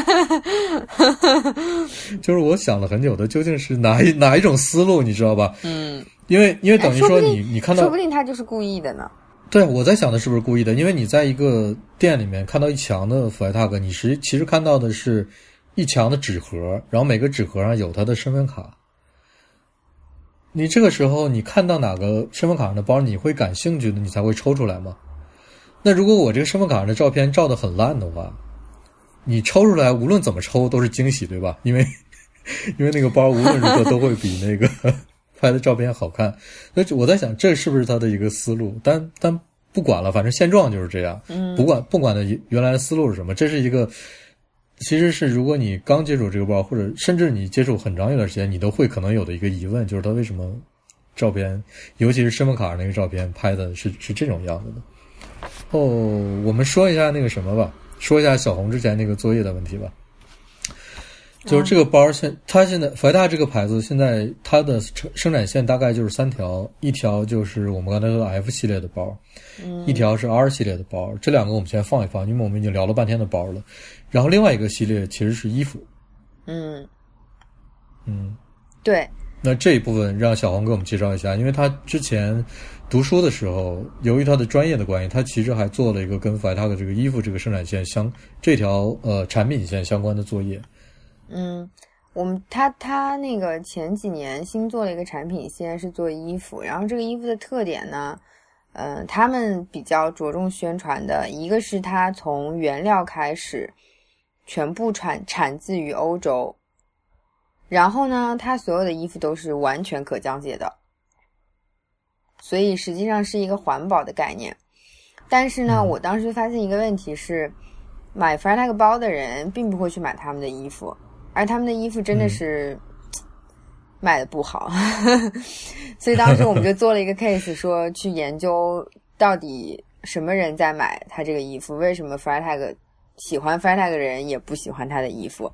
就是我想了很久的究竟是哪一哪一种思路，你知道吧？ 嗯， 因为因为等于说你你看到， 说不定他就是故意的呢。 对，我在想的是不是故意的？因为你在一个店里面看到一墙的 FlyTag， 你实其实看到的是一墙的纸盒，然后每个纸盒上有他的身份卡。你这个时候你看到哪个身份卡上的包你会感兴趣的，你才会抽出来吗？那如果我这个身份卡上的照片照得很烂的话，你抽出来无论怎么抽都是惊喜，对吧？因为因为那个包无论如何都会比那个拍的照片好看。所以我在想这是不是他的一个思路，但但不管了，反正现状就是这样。 嗯， 不管不管的原来的思路是什么，这是一个其实是如果你刚接触这个包，或者甚至你接触很长一段时间，你都会可能有的一个疑问，就是他为什么照片，尤其是身份卡上那个照片拍的是是这种样子的。哦，我们说一下那个什么吧，说一下小红之前那个作业的问题吧。就是这个包现它现在FlyTag这个牌子现在它的生产线大概就是三条，一条就是我们刚才说的 F 系列的包， 嗯， 一条是 R 系列的包，这两个我们先放一放，因为我们已经聊了半天的包了。然后另外一个系列其实是衣服。 嗯嗯， 对。 那这一部分让小黄给我们介绍一下，因为他之前读书的时候，由于他的专业的关系，他其实还做了一个跟FlyTag这个衣服这个生产线相这条呃产品线相关的作业。 嗯，我们他他那个前几年新做了一个产品线是做衣服，然后这个衣服的特点呢，呃，他们比较着重宣传的一个是它从原料开始全部产产自于欧洲，然后呢，它所有的衣服都是完全可降解的，所以实际上是一个环保的概念。但是呢， 嗯、 我当时发现一个问题是，买 FlyTag 包的人并不会去买他们的衣服。而他们的衣服真的是、嗯、卖的不好，所以当时我们就做了一个 case， 说去研究到底什么人在买他这个衣服，为什么 FlyTag 喜欢 FlyTag 的人也不喜欢他的衣服。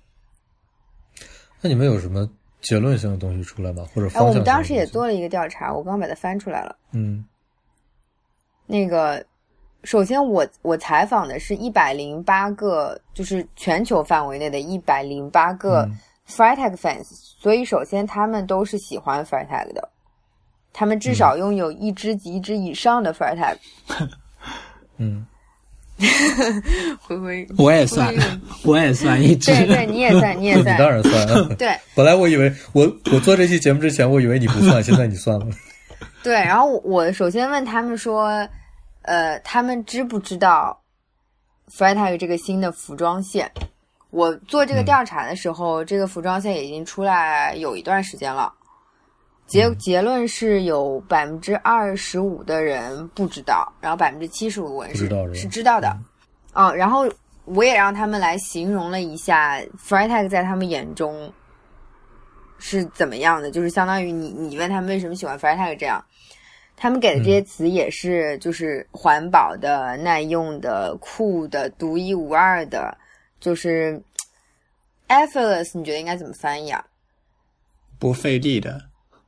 那你们有什么结论性的东西出来吗？或者方向性的东西？ 我们当时也做了一个调查，我刚刚把它翻出来了。 嗯， 那个首先我我采访的是一百零八个，就是全球范围内的一百零八个 FlyTag fans、嗯、所以首先他们都是喜欢 FlyTag 的，他们至少拥有一只及一只以上的 FlyTag。 嗯， 灰灰， 我也算，我也算一只。 对对，你也算，你也算， 你当然算。 对， 本来我以为我我做这期节目之前，我以为你不算，现在你算了。 对，然后我首先问他们说。呃，他们知不知道 FlyTag 这个新的服装线？我做这个调查的时候、嗯、这个服装线已经出来有一段时间了。结、嗯、结论是有百分之二十五的人不知道，然后百分之七十五的人是是知道的。嗯、哦，然后我也让他们来形容了一下 FlyTag 在他们眼中是怎么样的，就是相当于你你问他们为什么喜欢 FlyTag 这样。他们给的这些词也是就是环保的、耐用的、酷的、独一无二的，就是 effortless， 你觉得应该怎么翻译啊？ 不费力的。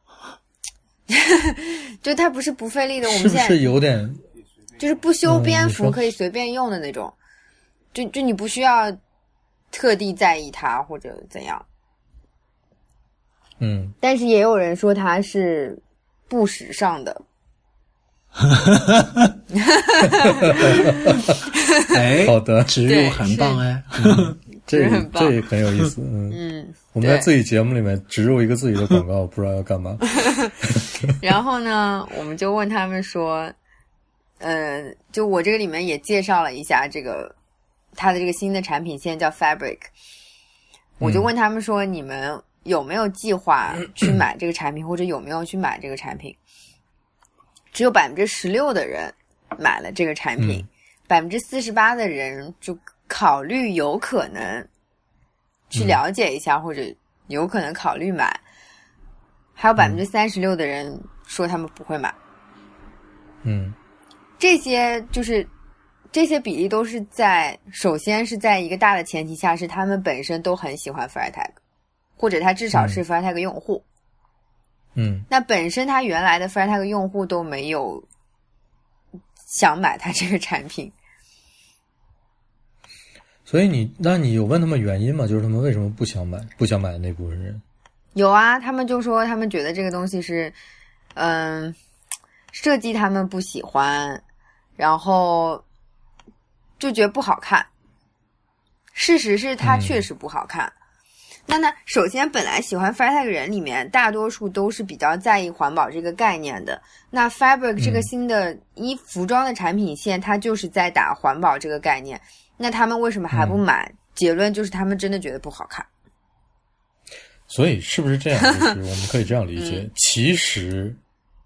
就它不是不费力的，我们现在是不是有点就是不修边幅可以随便用的那种、嗯、就就你不需要特地在意它或者怎样。 嗯， 但是也有人说它是不时尚的。 哎， 好的， 植入很棒哎。 这很棒， 这很有意思。嗯嗯， 我们在自己节目里面植入一个自己的广告，不知道要干嘛。 然后呢，我们就问他们说，呃，就我这个里面也介绍了一下这个它的这个新的产品线叫 Fabric， 我就问他们说，你们有没有计划去买这个产品，或者有没有去买这个产品？只有百分之十六的人买了这个产品，百分之四十八的人就考虑有可能去了解一下，嗯、或者有可能考虑买，还有百分之三十六的人说他们不会买。 嗯， 这些就是这些比例都是在首先是在一个大的前提下，是他们本身都很喜欢 Freitag， 或者他至少是 Freitag 用户。 嗯， 那本身他原来的 Freitag 用户都没有想买他这个产品。 所以你，那你有问他们原因吗？就是他们为什么不想买，不想买的那部分人？ 有啊，他们就说他们觉得这个东西是，嗯，设计他们不喜欢，然后就觉得不好看。事实是它确实不好看。嗯、那那首先，本来喜欢 Freitag 人里面，大多数都是比较在意环保这个概念的。那 Fabric 这个新的衣服装的产品线，它就是在打环保这个概念。那他们为什么还不买？嗯、结论就是他们真的觉得不好看。 所以是不是这样？就是我们可以这样理解，嗯、其实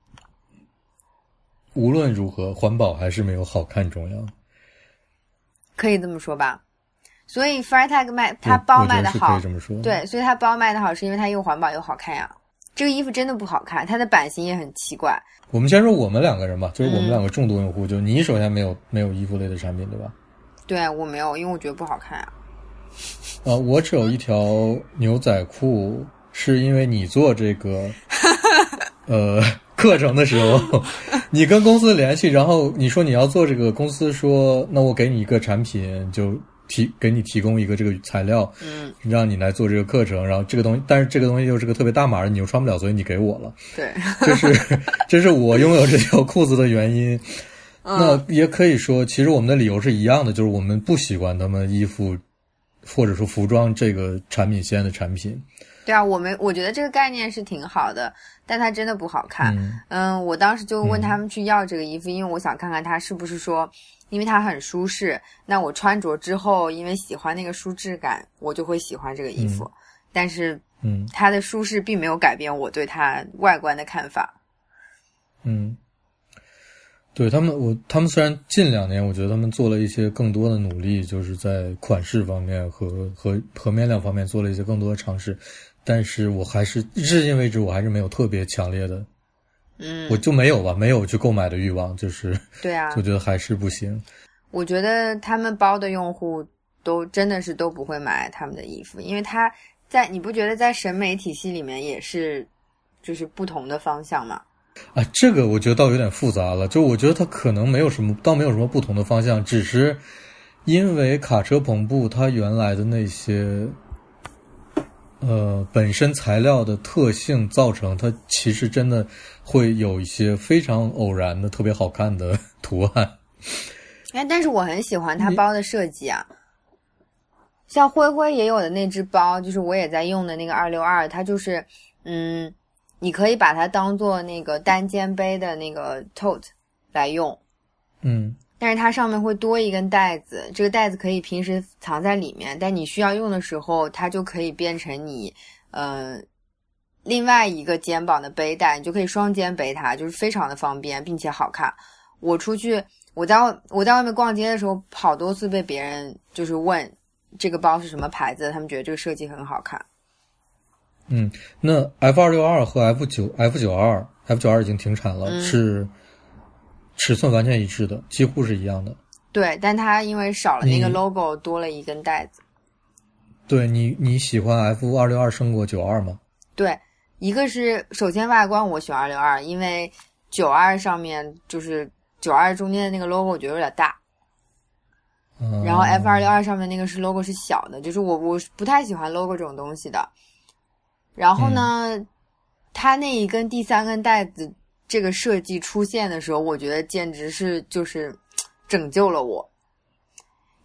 无论如何，环保还是没有好看重要。 可以这么说吧。所以 Freitag 卖它包卖的好， 可以这么说。 对，所以它包卖的好，是因为它又环保又好看呀。这个衣服真的不好看，它的版型也很奇怪。 我们先说我们两个人吧，就是我们两个重度用户，嗯、就你首先没有没有衣服类的产品，对吧？ 对，我没有，因为我觉得不好看啊。 呃，我只有一条牛仔裤，是因为你做这个呃课程的时候，你跟公司联系，然后你说你要做这个，公司说那我给你一个产品，就提给你提供一个这个材料， 嗯， 让你来做这个课程，然后这个东西，但是这个东西又是个特别大码的，你又穿不了，所以你给我了。 对， 这是这是我拥有这条裤子的原因。那也可以说，其实我们的理由是一样的，就是我们不喜欢他们衣服或者说服装这个产品线的产品。 对啊，我们我觉得这个概念是挺好的，但它真的不好看。嗯, 嗯，我当时就问他们去要这个衣服，嗯、因为我想看看它是不是说，因为它很舒适，那我穿着之后，因为喜欢那个舒适感，我就会喜欢这个衣服。嗯、但是， 嗯， 它的舒适并没有改变我对它外观的看法。 嗯。对他们，我他们虽然近两年，我觉得他们做了一些更多的努力，就是在款式方面和和和面料方面做了一些更多的尝试，但是我还是至今为止，我还是没有特别强烈的， 嗯， 我就没有吧，没有去购买的欲望，就是对啊， 就觉得还是不行。 我觉得他们包的用户都真的是都不会买他们的衣服，因为他在你不觉得在审美体系里面也是就是不同的方向吗？ 啊，这个我觉得倒有点复杂了，就我觉得它可能没有什么，倒没有什么不同的方向，只是因为卡车篷布它原来的那些呃本身材料的特性造成它其实真的会有一些非常偶然的特别好看的图案。 哎，但是我很喜欢它包的设计啊，像灰灰也有的那只包，就是我也在用的那个二六二，它就是嗯。你可以把它当做那个单肩背的那个 tote 来用， 嗯， 但是它上面会多一根带子，这个带子可以平时藏在里面，但你需要用的时候，它就可以变成你呃另外一个肩膀的背带，你就可以双肩背它，就是非常的方便，并且好看。我出去，我在我在外面逛街的时候，好多次被别人就是问这个包是什么牌子，他们觉得这个设计很好看。 嗯，那 F 二六二 和 F 九 F 九二 F 九二已经停产了，嗯、是尺寸完全一致的，几乎是一样的。 对，但它因为少了那个 logo， 多了一根带子。 对，你你喜欢 F 二六二胜过九二吗？ 对，一个是首先外观我喜欢二六二，因为九二上面就是九二中间的那个 logo 我觉得有点大。 嗯、 然后 F 二六二 上面那个是 logo 是小的，就是我我不太喜欢 logo 这种东西的。然后呢、嗯、它那一根第三根带子这个设计出现的时候，我觉得简直是就是拯救了我。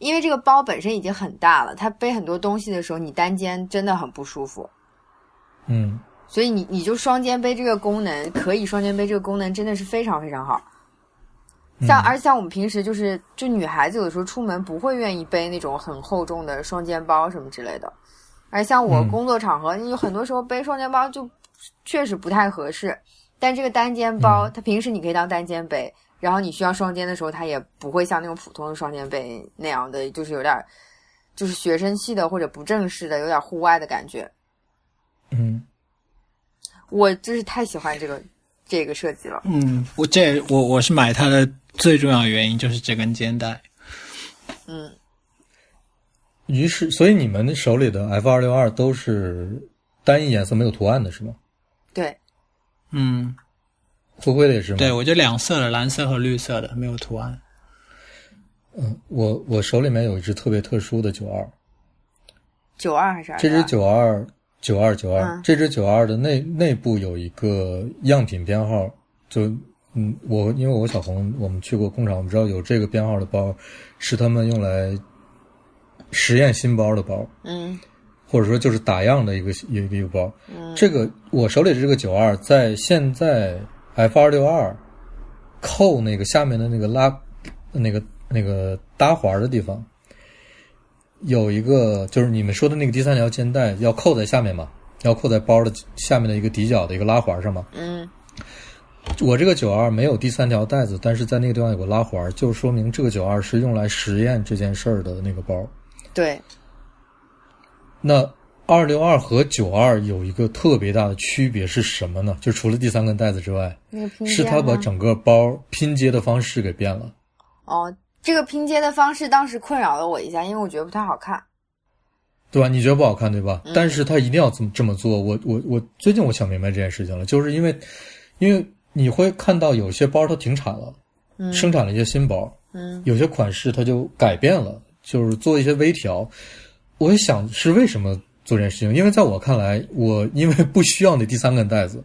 因为这个包本身已经很大了，它背很多东西的时候，你单肩真的很不舒服。 嗯， 所以你你就双肩背这个功能，可以双肩背这个功能真的是非常非常好。像、嗯、而像我们平时就是就女孩子有的时候出门不会愿意背那种很厚重的双肩包什么之类的，而像我工作场合，你、嗯、有很多时候背双肩包就确实不太合适。但这个单肩包、嗯、它平时你可以当单肩背，然后你需要双肩的时候，它也不会像那种普通的双肩背那样的，就是有点就是学生气的或者不正式的，有点户外的感觉。 嗯， 我就是太喜欢这个这个设计了。 嗯，我这我我是买它的最重要的原因就是这根肩带。 嗯， 于是所以你们手里的 F 二六二 都是单一颜色没有图案的是吗？ 对。 嗯， 灰灰的也是吗？ 对，我就两色的，蓝色和绿色的，没有图案。 嗯，我我手里面有一只特别特殊的九二。 九二还是二？ 这只九二九二九二，这只九二的内内部有一个样品编号，就嗯，我因为我小红我们去过工厂，我们知道有这个编号的包是他们用来实验新包的包。 嗯。 或者说就是打样的一个一个一个包， 嗯， 这个我手里的这个九二，在现在 F 二六二扣那个下面的那个拉那个那个搭环的地方，有一个就是你们说的那个第三条肩带要扣在下面嘛，要扣在包的下面的一个底角的一个拉环上嘛。 嗯， 我这个九二没有第三条带子，但是在那个地方有个拉环，就说明这个九二是用来实验这件事儿的那个包。 对。 那二六二和九二有一个特别大的区别是什么呢？就除了第三根带子之外， 那个拼接是它把整个包拼接的方式给变了。 哦，这个拼接的方式当时困扰了我一下，因为我觉得不太好看。 对吧？你觉得不好看对吧？ 嗯、 但是他一定要这么这么做。我我我最近我想明白这件事情了，就是因为因为你会看到有些包它停产了， 嗯， 生产了一些新包， 嗯， 有些款式它就改变了，就是做一些微调。我也想是为什么做这件事情，因为在我看来，我因为不需要那第三根带子，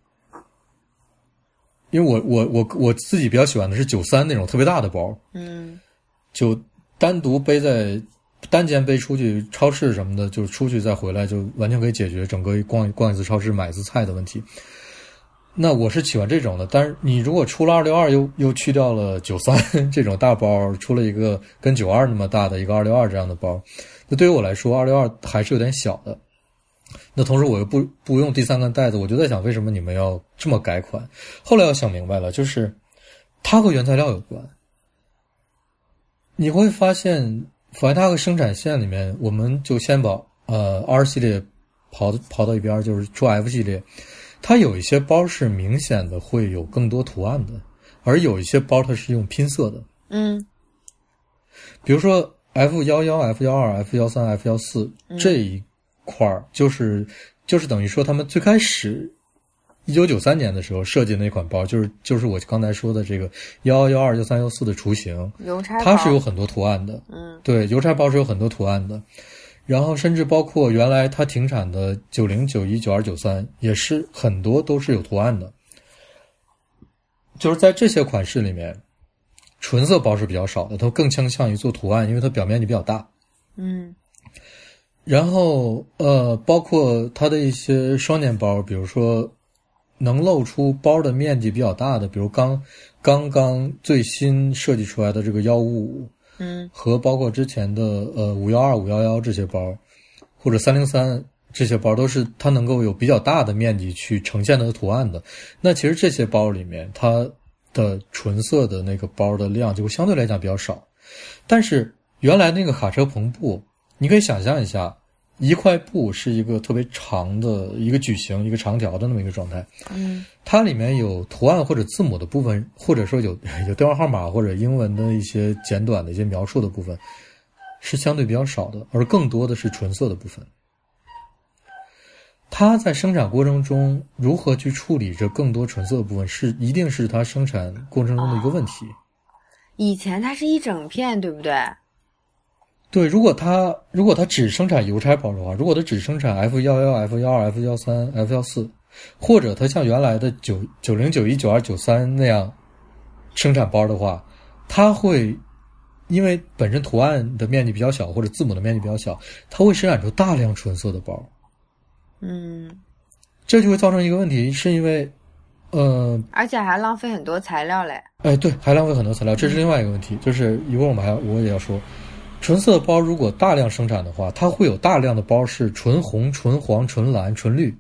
因为我我我我自己比较喜欢的是九三那种特别大的包， 嗯， 就单独背在单肩背出去超市什么的，就出去再回来就完全可以解决整个逛逛一次超市买一次菜的问题。那我是喜欢这种的，但是你如果出了二六二又又去掉了九三这种大包，出了一个跟九二那么大的一个二六二这样的包，那对于我来说二六二还是有点小的。那同时我又不不用第三根带子，我就在想为什么你们要这么改款。后来我想明白了，就是它和原材料有关。你会发现反正它和生产线里面，我们就先把呃 R 系列跑跑到一边，就是出 F 系列，它有一些包是明显的会有更多图案的，而有一些包它是用拼色的。 嗯， 比如说 F 一一 F 一二 F 一三 F 一四这一块儿，就是就是等于说他们最开始一九九三年的时候设计的那款包，就是就是我刚才说的这个一一一二 一三一四的雏形， 邮差包它是有很多图案的。 嗯， 对，邮差包是有很多图案的。然后甚至包括原来它停产的九零、九一、九二、九三，也是很多都是有图案的。就是在这些款式里面，纯色包是比较少的，它更倾向于做图案，因为它表面积比较大。 嗯。 然后呃，包括它的一些双肩包，比如说能露出包的面积比较大的，比如刚刚刚最新设计出来的这个一五五。 嗯， 和包括之前的呃五一二、五一一这些包，或者三零三这些包，都是它能够有比较大的面积去呈现它的图案的。那其实这些包里面，它的纯色的那个包的量就会相对来讲比较少。但是原来那个卡车篷布，你可以想象一下，一块布是一个特别长的一个矩形，一个长条的那么一个状态。 嗯， 它里面有图案或者字母的部分，或者说有有电话号码或者英文的一些简短的一些描述的部分，是相对比较少的，而更多的是纯色的部分。它在生产过程中如何去处理这更多纯色的部分，是一定是它生产过程中的一个问题。 以前它是一整片，对不对？ 对，如果它如果它只生产邮差包的话，如果它只生产 F 一一、F 一二、F 一三、F 一四，或者它像原来的九九零、九一、九二、九三那样生产包的话，它会因为本身图案的面积比较小，或者字母的面积比较小，它会生产出大量纯色的包。 嗯， 这就会造成一个问题，是因为，呃， 而且还浪费很多材料嘞。 哎，对，还浪费很多材料，这是另外一个问题。嗯、就是一会儿我们还我也要说，纯色的包如果大量生产的话，它会有大量的包是纯红、纯黄、纯蓝、纯绿，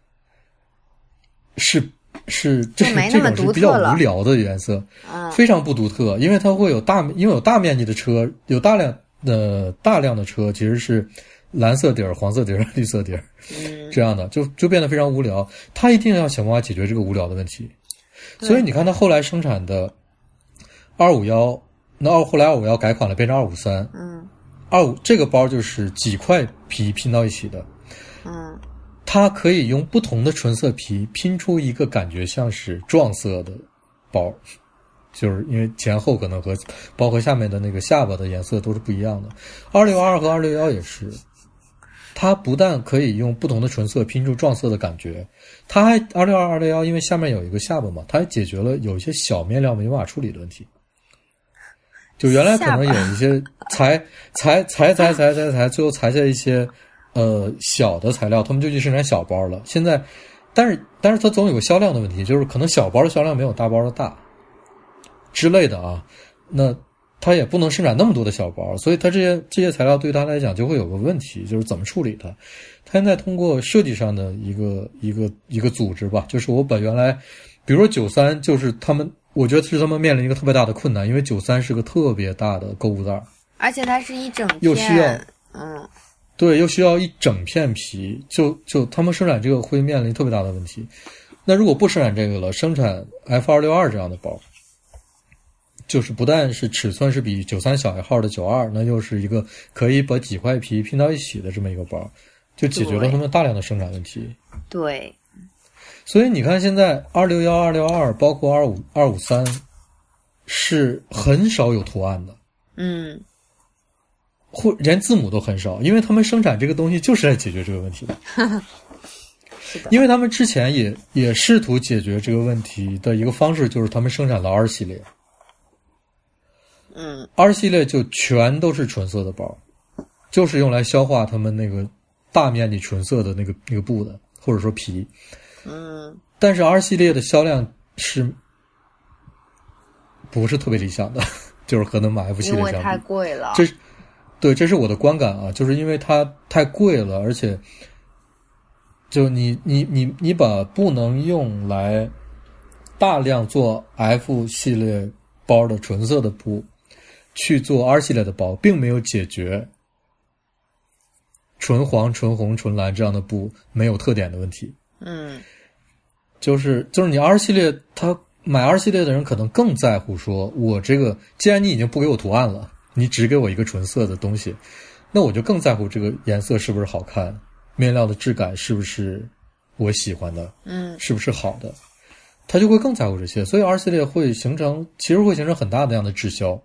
是是这这种是比较无聊的颜色， 嗯， 非常不独特，因为它会有大，因为有大面积的车，有大量的大量的车其实是蓝色底儿、黄色底儿、绿色底儿， 嗯， 这样的就就变得非常无聊。他一定要想办法解决这个无聊的问题，所以你看他后来生产的二五一，那二后来二五一改款了，变成二五三， 嗯， 二五这个包就是几块皮拼到一起的， 嗯， 它可以用不同的纯色皮拼出一个感觉像是撞色的包，就是因为前后可能和包括下面的那个下巴的颜色都是不一样的。二六二和二六一也是，它不但可以用不同的纯色拼出撞色的感觉，它还二六二、二六一因为下面有一个下巴嘛，它还解决了有一些小面料没办法处理的问题。就原来可能有一些裁裁裁裁裁裁裁，最后裁下一些呃小的材料，他们就去生产小包了。现在，但是但是它总有个销量的问题，就是可能小包的销量没有大包的大之类的啊。那它也不能生产那么多的小包，所以它这些这些材料对它来讲就会有个问题，就是怎么处理它。它现在通过设计上的一个一个一个组织吧，就是我把原来，比如说九三，就是他们。我觉得是他们面临一个特别大的困难，因为九三是个特别大的购物袋， 而且它是一整片， 又需要， 嗯， 对，又需要一整片皮，就就他们生产这个会面临特别大的问题。那如果不生产这个了，生产 F 二六二这样的包，就是不但是尺寸是比九三小一号的九二，那又是一个可以把几块皮拼到一起的这么一个包，就解决了他们大量的生产问题。 对。 所以你看，现在二六一、二六二，包括二五、二五三，是很少有图案的， 嗯， 或连字母都很少，因为他们生产这个东西就是来解决这个问题的。 是的， 因为他们之前也也试图解决这个问题的一个方式，就是他们生产了 R 系列， 嗯 ，R 系列就全都是纯色的包，就是用来消化他们那个大面积纯色的那个那个布的，或者说皮。 嗯， 但是 R 系列的销量是不是特别理想的，就是和能买 F 系列相比， 因为太贵了。 这对，这是我的观感啊，就是因为它太贵了，而且就你你你你把不能用来大量做 F 系列包的纯色的布去做 R 系列的包，并没有解决纯黄、纯红、纯蓝这样的布没有特点的问题。 嗯， 就是就是你 R 系列，他买 R 系列的人可能更在乎说，我这个既然你已经不给我图案了，你只给我一个纯色的东西，那我就更在乎这个颜色是不是好看，面料的质感是不是我喜欢的， 嗯， 是不是好的，他就会更在乎这些，所以 R 系列会形成，其实会形成很大的样的滞销。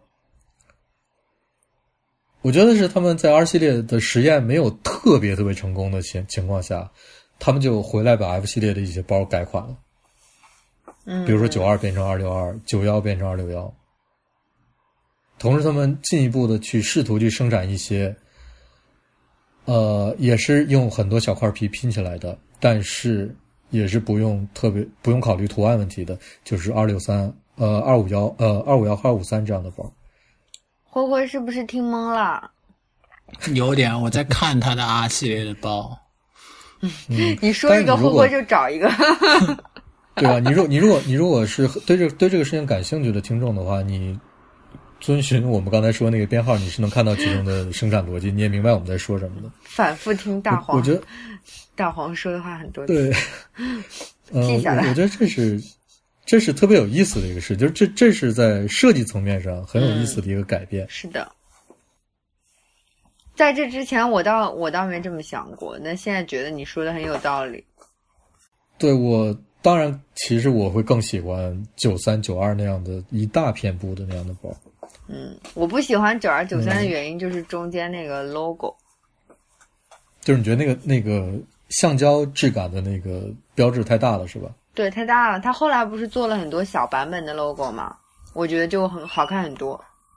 我觉得是他们在 R 系列的实验没有特别特别成功的情情况下，他们就回来把 F 系列的一些包改款了， 嗯， 比如说九二变成二六二，九一变成二六一，同时他们进一步的去试图去生产一些，呃，也是用很多小块皮拼起来的，但是也是不用特别不用考虑图案问题的，就是二六三呃二五一呃二五一和二五三这样的包。 灰灰是不是听懵了？ 有点，我在看他的 R 系列的包。 嗯， 你说一个，灰灰就找一个。 对吧？你如你如果你如果是对这对这个事情感兴趣的听众的话，你遵循我们刚才说那个编号，你是能看到其中的生产逻辑，你也明白我们在说什么的。 反复听大黄， 我, 我觉得大黄说的话很多。 对，呃， 记下来。 我, 我觉得这是这是特别有意思的一个事，就是这这是在设计层面上很有意思的一个改变。 嗯、是的。在这之前我倒我倒没这么想过，那现在觉得你说的很有道理。 对，我当然其实我会更喜欢九三九二那样的一大片布的那样的包。 嗯，我不喜欢九二九三的原因就是中间那个 logo，、 嗯、就是你觉得那个那个橡胶质感的那个标志太大了是吧？ 对，太大了。他后来不是做了很多小版本的 logo 吗？我觉得就很好看很多。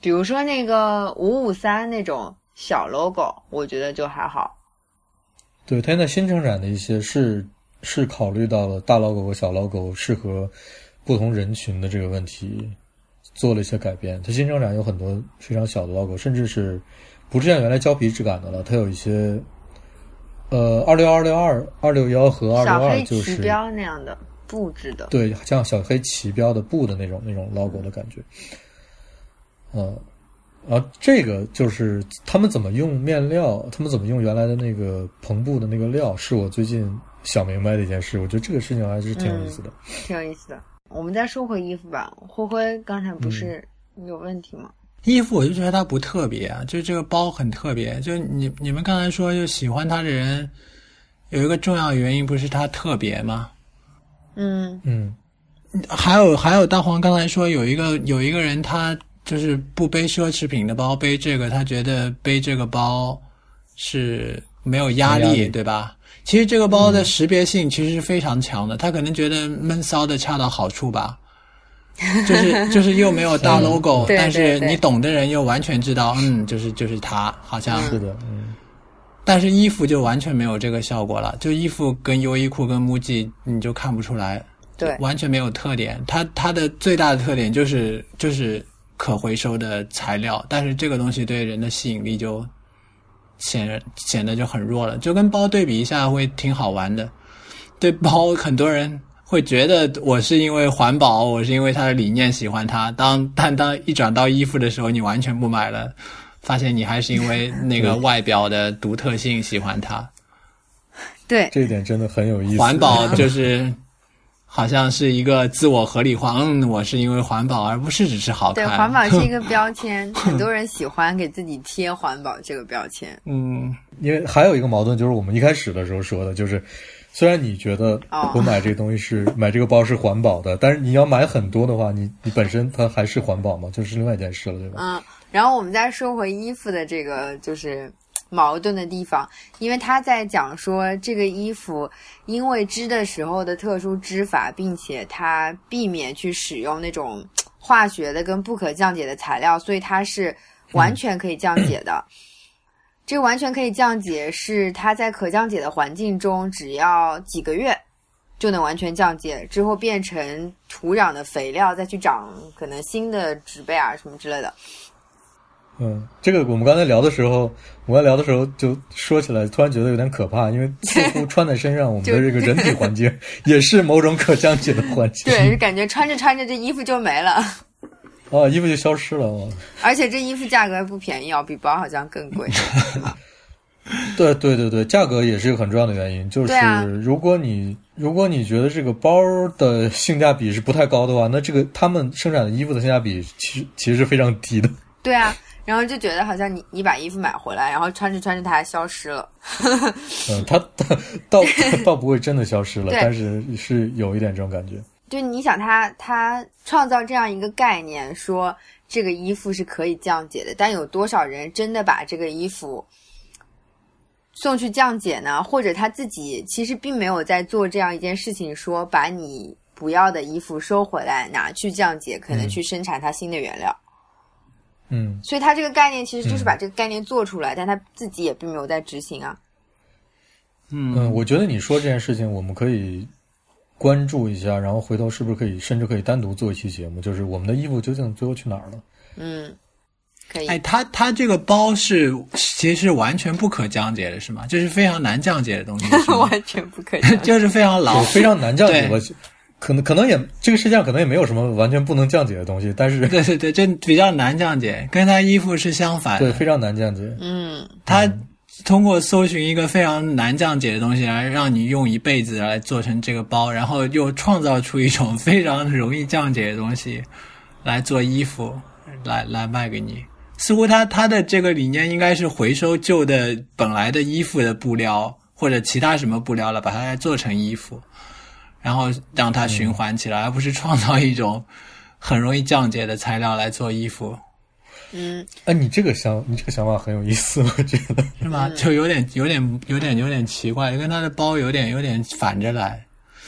比如说那个五五三那种小 logo， 我觉得就还好。 对，它现在新生产的一些是是考虑到了大 logo 和小 logo 适合不同人群的这个问题，做了一些改变。它新生产有很多非常小的 logo， 甚至是不是像原来胶皮质感的了，它有一些呃二六二六二、二六幺和二六二就是小黑旗标那样的布置的， 对，像小黑旗标的布的那种那种 logo 的感觉。嗯，然后这个就是他们怎么用面料，他们怎么用原来的那个篷布的那个料，是我最近想明白的一件事。我觉得这个事情还是挺有意思的， 嗯、挺有意思的。我们再说回衣服吧，灰灰刚才不是有问题吗？ 嗯、 衣服我就觉得它不特别啊，就是这个包很特别。就你你们刚才说，就喜欢它的人有一个重要原因，不是它特别吗？ 嗯嗯， 还有还有，大黄刚才说有一个有一个人他。就是不背奢侈品的包，背这个他觉得背这个包是没有压力， 压力对吧？其实这个包的识别性其实是非常强的，嗯、他可能觉得闷骚的恰到好处吧。就是就是又没有大 logo，、嗯、但是你懂的人又完全知道，嗯，就是就是他，好像是的，嗯。 但是衣服就完全没有这个效果了，就衣服跟优衣库跟 MUJI 你就看不出来， 对， 完全没有特点。它它的最大的特点就是就是可回收的材料，但是这个东西对人的吸引力就显显得就很弱了，就跟包对比一下会挺好玩的。对包很多人会觉得我是因为环保，我是因为它的理念喜欢它，当但当一转到衣服的时候你完全不买了，发现你还是因为那个外表的独特性喜欢它。 对， 这一点真的很有意思。 环保就是好像是一个自我合理化，嗯，我是因为环保，而不是只是好看。 对，环保是一个标签，很多人喜欢给自己贴环保这个标签。 嗯， 因为还有一个矛盾，就是我们一开始的时候说的，就是虽然你觉得我买这个东西是、哦、买这个包是环保的，但是你要买很多的话，你你本身它还是环保吗？就是另外一件事了，对吧？ 嗯，然后我们再说回衣服的这个就是矛盾的地方，因为他在讲说这个衣服因为织的时候的特殊织法，并且它避免去使用那种化学的跟不可降解的材料，所以它是完全可以降解的。嗯、这个完全可以降解是它在可降解的环境中只要几个月就能完全降解，之后变成土壤的肥料，再去长可能新的植被啊什么之类的。 嗯，这个我们刚才聊的时候，我们聊的时候就说起来，突然觉得有点可怕，因为似乎穿在身上，我们的这个人体环境也是某种可降解的环境。 对，感觉穿着穿着这衣服就没了。 哦，衣服就消失了哦。 而且这衣服价格还不便宜哦，比包好像更贵。 对对对对，价格也是一个很重要的原因，就是如果你、啊、如果你觉得这个包的性价比是不太高的话，那这个他们生产的衣服的性价比其实其实是非常低的。 对啊。然后就觉得好像你你把衣服买回来，然后穿着穿着它还消失了。 嗯，它倒倒不会真的消失了，但是是有一点这种感觉。 对，你想他他创造这样一个概念，说这个衣服是可以降解的，但有多少人真的把这个衣服送去降解呢？或者他自己其实并没有在做这样一件事情，说把你不要的衣服收回来拿去降解，可能去生产它新的原料。 嗯， 所以他这个概念其实就是把这个概念做出来，嗯、但他自己也并没有在执行啊。 嗯嗯，我觉得你说这件事情，我们可以关注一下，然后回头是不是可以，甚至可以单独做一期节目，就是我们的衣服究竟最后去哪儿了？ 嗯，可以。 哎，它它这个包是其实是完全不可降解的，是吗？就是非常难降解的东西， 完全不可降解， 就是非常老， 非常难降解吧。可能可能也这个世界上可能也没有什么完全不能降解的东西，但是对对对，这比较难降解，跟它衣服是相反的。 对，非常难降解。 嗯， 它通过搜寻一个非常难降解的东西来让你用一辈子来做成这个包，然后又创造出一种非常容易降解的东西来做衣服，来来卖给你。似乎它它的这个理念应该是回收旧的本来的衣服的布料或者其他什么布料了，把它来做成衣服。然后让它循环起来、嗯、而不是创造一种很容易降解的材料来做衣服。 嗯， 哎，你这个想你这个想法很有意思，我觉得是吗？就有点有点有点有点奇怪，跟他的包有点有点反着来。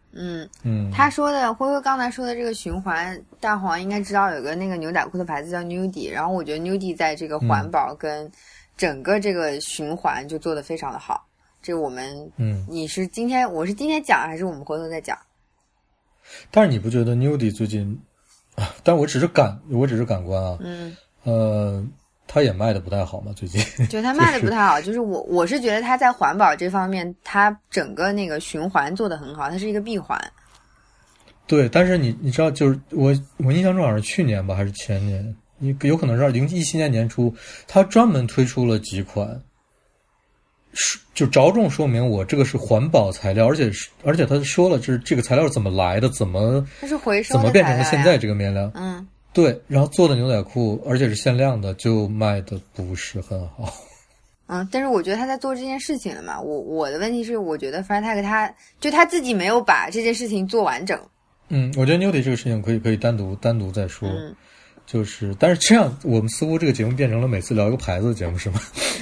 嗯嗯， 他说的辉辉刚才说的这个循环，大黄应该知道有个那个牛仔裤的牌子叫 Nudie， 然后我觉得 Nudie 在这个环保跟整个这个循环就做得非常的好。这个我们嗯， 你是今天我是今天讲还是我们回头再讲？ 但是你不觉得 Nudie 最近，但我只是感我只是感官啊， 嗯， 呃，他也卖的不太好嘛，最近。 就他卖的不太好，就是我我是觉得他在环保这方面，他整个那个循环做得很好，它是一个闭环。 对，但是你你知道，就是我我印象中好像是去年吧，还是前年，你有可能是二零一七年年初，他专门推出了几款，就着重说明我这个是环保材料，而且是而且他说了，这这个材料是怎么来的，怎么它是回收怎么变成了现在这个面料。 嗯， 对，然后做的牛仔裤，而且是限量的，就卖的不是很好。 嗯，但是我觉得他在做这件事情了嘛，我我的问题是，我觉得 Freitag 他就他自己没有把这件事情做完整。 嗯，我觉得 Nudie 这个事情可以可以单独单独再说。 嗯， 就是，但是这样我们似乎这个节目变成了每次聊一个牌子的节目，是吗？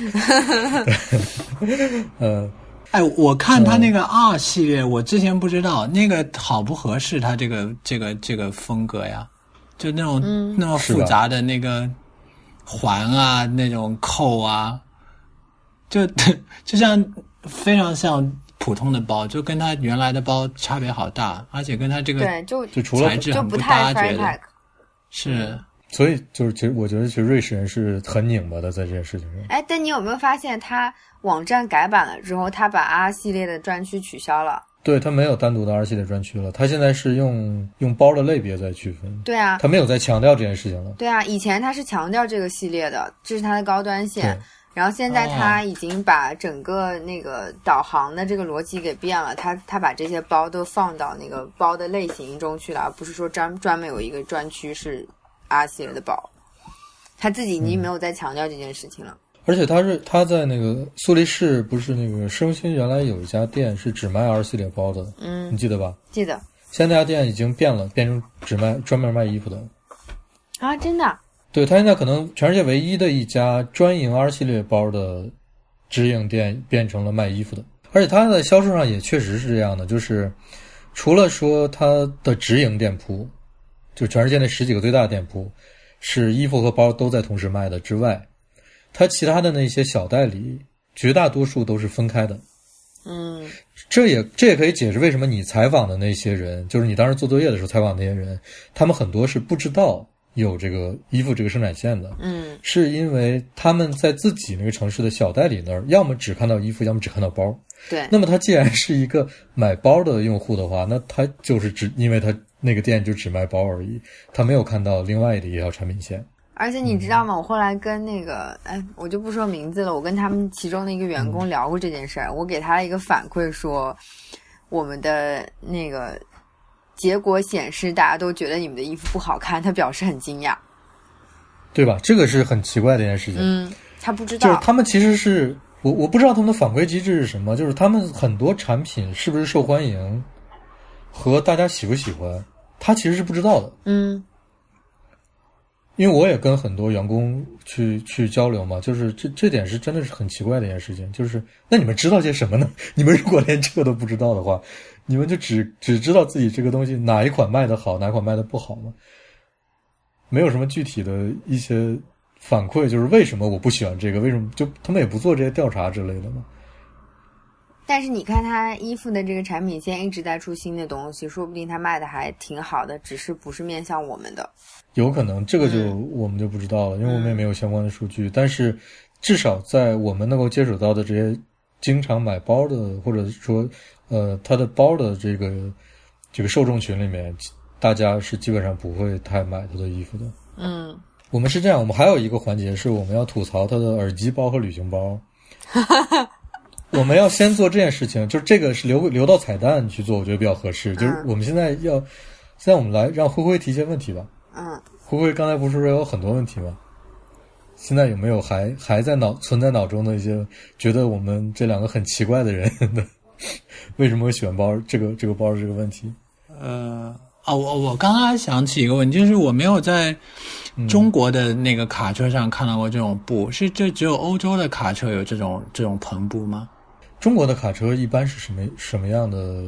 呃， 哎，我看他那个 R 系列，嗯、我之前不知道那个好不合适他这个这个这个风格呀，就那种、嗯、那么复杂的那个环啊，那种扣啊，就就像非常像普通的包，就跟它原来的包差别好大，而且跟它这个对就就除了材质很不搭，觉得是。 所以就是，其实我觉得，其实瑞士人是很拧巴的在这件事情上。 哎，但你有没有发现，他网站改版了之后，他把 R 系列的专区取消了？ 对，他没有单独的 R 系列专区了，他现在是用用包的类别在区分。 对啊， 他没有再强调这件事情了。 对啊，以前他是强调这个系列的，这是他的高端线。然后现在他已经把整个那个导航的这个逻辑给变了，他他把这些包都放到那个包的类型中去了，而不是说专专门有一个专区是 R 系列的包。他自己已经没有再强调这件事情了。 嗯、而且他是他在那个苏黎世，不是那个市中心原来有一家店是只卖 R 系列包的， 嗯， 你记得吧？ 记得。 现在那家店已经变了，变成只卖专门卖衣服的。 啊，真的？ 对，他现在可能全世界唯一的一家专营 R 系列包的直营店变成了卖衣服的，而且它的销售上也确实是这样的，就是除了说它的直营店铺，就全世界那十几个最大的店铺是衣服和包都在同时卖的之外，它其他的那些小代理绝大多数都是分开的。 嗯， 这也这也可以解释为什么你采访的那些人，就是你当时做作业的时候采访的那些人，他们很多是不知道有这个衣服这个生产线的， 嗯， 是因为他们在自己那个城市的小代理那儿，要么只看到衣服，要么只看到包。 对。 那么他既然是一个买包的用户的话，那他就是只因为他那个店就只卖包而已，他没有看到另外的一条产品线。 而且你知道吗？嗯、我后来跟那个，哎，我就不说名字了，我跟他们其中的一个员工聊过这件事儿，嗯、我给他一个反馈说，我们的那个。结果显示大家都觉得你们的衣服不好看，他表示很惊讶， 对吧？这个是很奇怪的一件事情。 嗯，他不知道， 就是他们其实是我我不知道他们的反馈机制是什么，就是他们很多产品是不是受欢迎和大家喜不喜欢，他其实是不知道的。 嗯， 因为我也跟很多员工去去交流嘛，就是这这点是真的是很奇怪的一件事情，就是那你们知道些什么呢？你们如果连这个都不知道的话，你们就只只知道自己这个东西哪一款卖的好，哪一款卖的不好吗？没有什么具体的一些反馈，就是为什么我不喜欢这个，为什么就他们也不做这些调查之类的吗？ 但是你看他衣服的这个产品线一直在出新的东西，说不定他卖的还挺好的，只是不是面向我们的。 有可能这个就、嗯、我们就不知道了，因为我们也没有相关的数据、嗯、但是至少在我们能够接触到的这些经常买包的，或者说呃他的包的这个这个受众群里面，大家是基本上不会太买他的衣服的。 嗯， 我们是这样，我们还有一个环节是我们要吐槽他的耳机包和旅行包。我们要先做这件事情，就是这个是留留到彩蛋去做，我觉得比较合适。 嗯、 就是我们现在要，现在我们来让灰灰提一些问题吧。 嗯， 灰灰刚才不是说有很多问题吗？现在有没有还还在脑存在脑中的一些觉得我们这两个很奇怪的人的为什么会喜欢包这个这个包这个问题？ 呃啊，我我刚刚想起一个问题，就是我没有在中国的那个卡车上看到过这种布，嗯、是这只有欧洲的卡车有这种这种篷布吗？ 中国的卡车一般是什么什么样的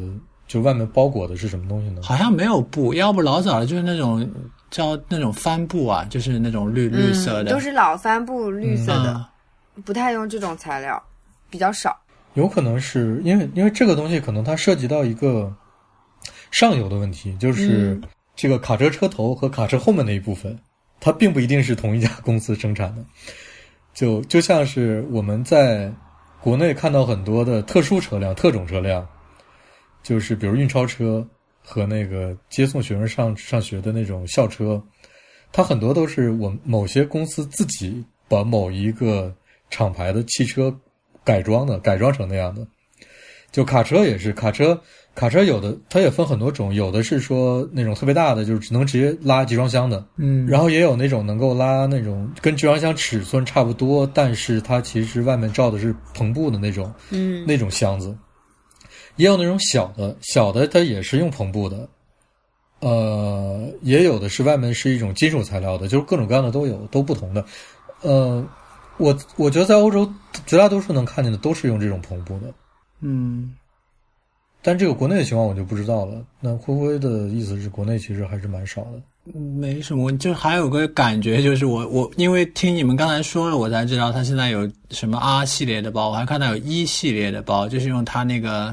就外面包裹的是什么东西呢？ 好像没有布，要不老早的就是那种叫那种帆布啊，就是那种绿、嗯、绿色的， 都是老帆布绿色的、嗯，不太用这种材料，比较少。 有可能是因为因为这个东西可能它涉及到一个上游的问题，就是这个卡车车头和卡车后面那一部分，它并不一定是同一家公司生产的。就就像是我们在国内看到很多的特殊车辆、特种车辆，就是比如运钞车和那个接送学生上上学的那种校车，它很多都是我们某些公司自己把某一个厂牌的汽车改装的，改装成那样的。就卡车也是，卡车卡车有的它也分很多种，有的是说那种特别大的，就是只能直接拉集装箱的， 嗯， 然后也有那种能够拉那种跟集装箱尺寸差不多，但是它其实外面罩的是篷布的那种， 嗯， 那种箱子。也有那种小的，小的它也是用篷布的，呃，也有的是外面是一种金属材料的，就是各种各样的都有，都不同的。呃，我我觉得在欧洲绝大多数能看见的都是用这种篷布的， 嗯。 但这个国内的情况我就不知道了。那灰灰的意思是国内其实还是蛮少的。 没什么，就还有个感觉就是我我因为听你们刚才说了，我才知道他现在有什么 R 系列的包，我还看到有 E 系列的包，就是用他那个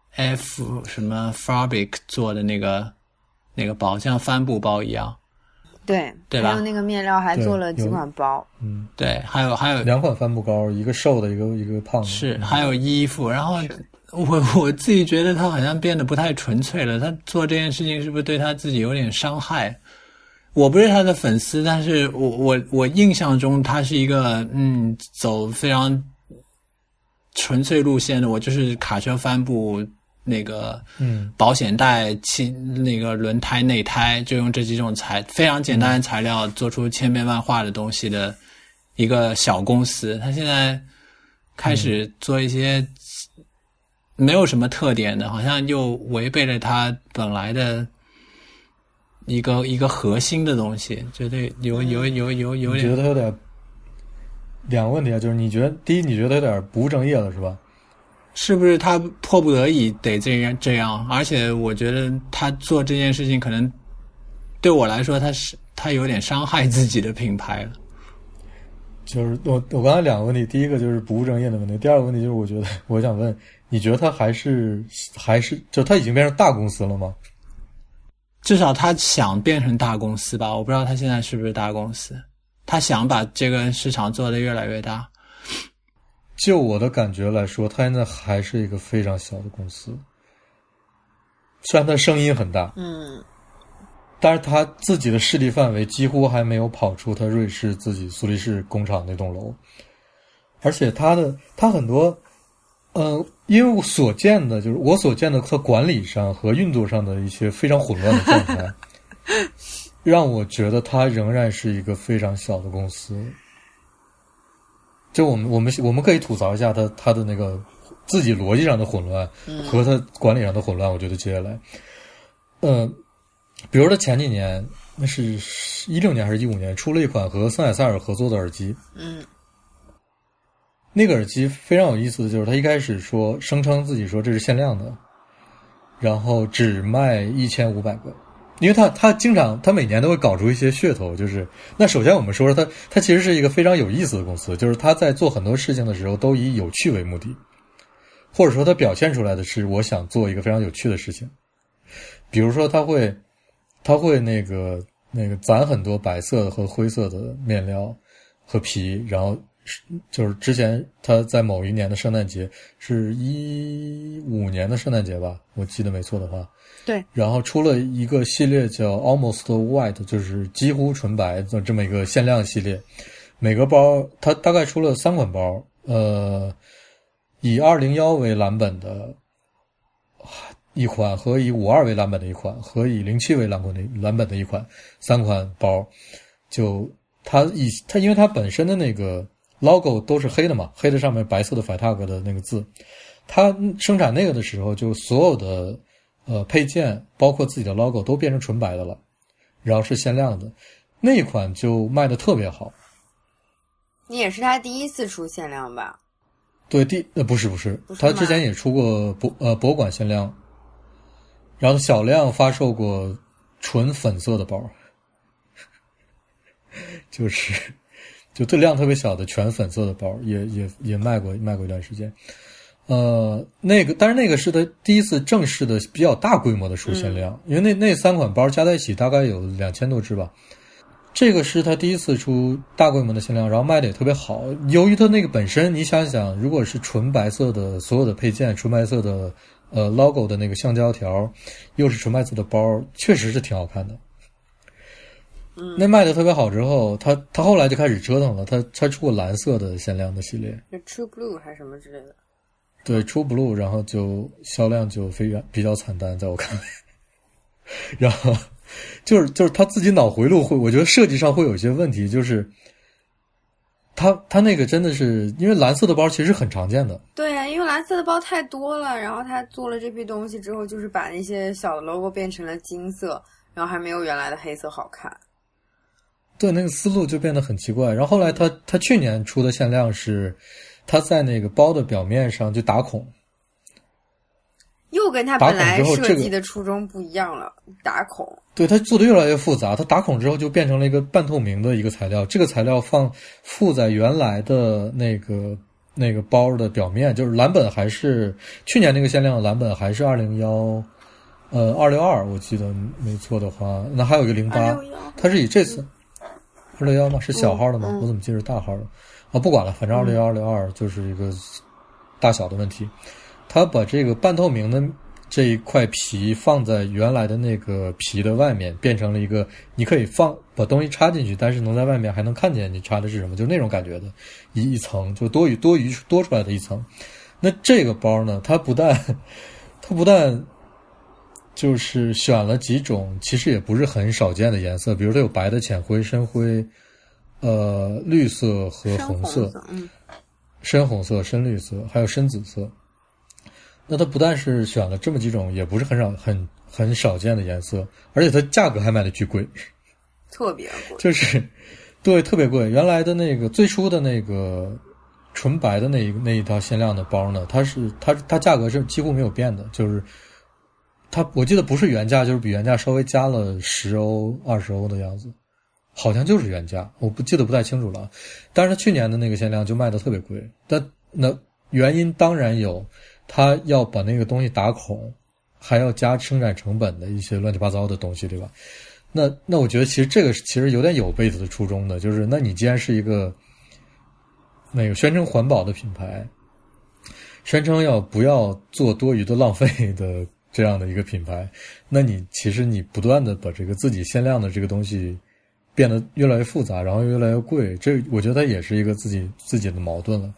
F 什么 Fabric 做的那个那个包，像帆布包一样。 对， 对吧？ 还有那个面料还做了几款包。 嗯， 对，还有还有两款帆布包，一个瘦的，一个一个胖的。 是，还有衣服，然后。我我自己觉得他好像变得不太纯粹了，他做这件事情是不是对他自己有点伤害？我不是他的粉丝，但是我我我印象中他是一个嗯走非常纯粹路线的，我就是卡车帆布那个嗯保险带气那个轮胎内胎就用这几种材非常简单的材料做出千变万化的东西的一个小公司，他现在开始做一些。没有什么特点的，好像又违背了他本来的一个一个核心的东西，觉得有有有有有点。 你觉得他有点两个问题啊，就是你觉得第一，你觉得他有点不务正业了，是吧？ 是不是他迫不得已得这样这样？而且我觉得他做这件事情，可能对我来说，他是他有点伤害自己的品牌了。 就是我我刚才两个问题，第一个就是不务正业的问题，第二个问题就是我觉得我想问。你觉得他还是还是就他已经变成大公司了吗？ 至少他想变成大公司吧，我不知道他现在是不是大公司。他想把这个市场做得越来越大。 就我的感觉来说，他现在还是一个非常小的公司。虽然他声音很大， 嗯， 但是他自己的势力范围几乎还没有跑出他瑞士自己苏黎世工厂那栋楼，而且他的他很多。呃，因为我所见的就是我所见的它管理上和运作上的一些非常混乱的状态，让我觉得它仍然是一个非常小的公司。就我们我们我们可以吐槽一下它它的那个自己逻辑上的混乱和它管理上的混乱。我觉得接下来，呃，比如他前几年，那是一六年还是一五年出了一款和森海塞尔合作的耳机， 嗯。 那个耳机非常有意思的就是，他一开始说声称自己说这是限量的，然后只卖一千五百个，因为他他经常他每年都会搞出一些噱头，就是那首先我们说说他他其实是一个非常有意思的公司，就是他在做很多事情的时候都以有趣为目的，或者说他表现出来的是我想做一个非常有趣的事情，比如说他会他会那个那个攒很多白色和灰色的面料和皮，然后。就是之前他在某一年的圣诞节，是一五年的圣诞节吧，我记得没错的话。 对。然后出了一个系列叫 Almost White， 就是几乎纯白的这么一个限量系列。每个包它大概出了三款包，呃，以二零一为蓝本的一款，和以五二为蓝本的一款，和以零七为蓝本的蓝本的一款，三款包。就它以它因为它本身的那个。logo 都是黑的嘛，黑的上面白色的 F A T A G 的那个字，它生产那个的时候，就所有的呃配件，包括自己的 logo 都变成纯白的了，然后是限量的，那一款就卖的特别好。 你也是他第一次出限量吧？ 对，第呃不是不是，他之前也出过博呃博物馆限量， 然后小量发售过纯粉色的包，就是就这量特别小的全粉色的包，也也也卖过卖过一段时间。呃，那个，但是那个是他第一次正式的比较大规模的出限量，嗯、因为那那三款包加在一起大概有两千多只吧。这个是他第一次出大规模的限量，然后卖的也特别好。由于它那个本身，你想想，如果是纯白色的所有的配件，纯白色的呃 logo 的那个橡胶条，又是纯白色的包，确实是挺好看的。 嗯， 那卖的特别好之后，他他后来就开始折腾了，他他出过蓝色的限量的系列， 就 True Blue 还是什么之类的。 对 ，True Blue， 然后就销量就非常比较惨淡，在我看来。然后就是就是他自己脑回路会，我觉得设计上会有一些问题，就是他他那个真的是因为蓝色的包其实很常见的。 对啊，因为蓝色的包太多了，然后他做了这批东西之后，就是把那些小的 logo 变成了金色，然后还没有原来的黑色好看。 对，那个思路就变得很奇怪。然后后来他他去年出的限量是他在那个包的表面上就打孔。 又跟他本来设计的初衷不一样了，打孔。 对，他做的越来越复杂，他打孔之后就变成了一个半透明的一个材料，这个材料放附在原来的那个那个包的表面，就是蓝本还是去年那个限量的蓝本还是二零一，呃二六二，我记得没错的话，那还有一个零八，它是以这次二六一吗？是小号的吗？ 嗯嗯、 我怎么记得是大号的？啊，不管了，反正二六一二六二就是一个大小的问题。他把这个半透明的这一块皮放在原来的那个皮的外面，变成了一个你可以放把东西插进去，但是能在外面还能看见你插的是什么，就是那种感觉的一一层，就多余多余多出来的一层。那这个包呢，它不但它不但就是选了几种其实也不是很少见的颜色，比如它有白的、浅灰、深灰、呃绿色和红色， 深红色，嗯， 深红色、深绿色，还有深紫色。那它不但是选了这么几种也不是很少很很少见的颜色，而且它价格还卖的巨贵， 特别贵， 就是对特别贵。原来的那个最初的那个纯白的那一那一套限量的包呢，它是它它价格是几乎没有变的，就是它我记得不是原价，就是比原价稍微加了十欧二十欧的样子，好像就是原价，我不记得不太清楚了。但是它去年的那个限量就卖的特别贵，但那原因当然有。他要把那个东西打孔，还要加生产成本的一些乱七八糟的东西，对吧？那那我觉得其实这个其实有点有贝子的初衷的，就是那你既然是一个那个宣称环保的品牌，宣称要不要做多余的浪费的这样的一个品牌，那你其实你不断的把这个自己限量的这个东西变得越来越复杂，然后越来越贵，这我觉得它也是一个自己自己的矛盾了。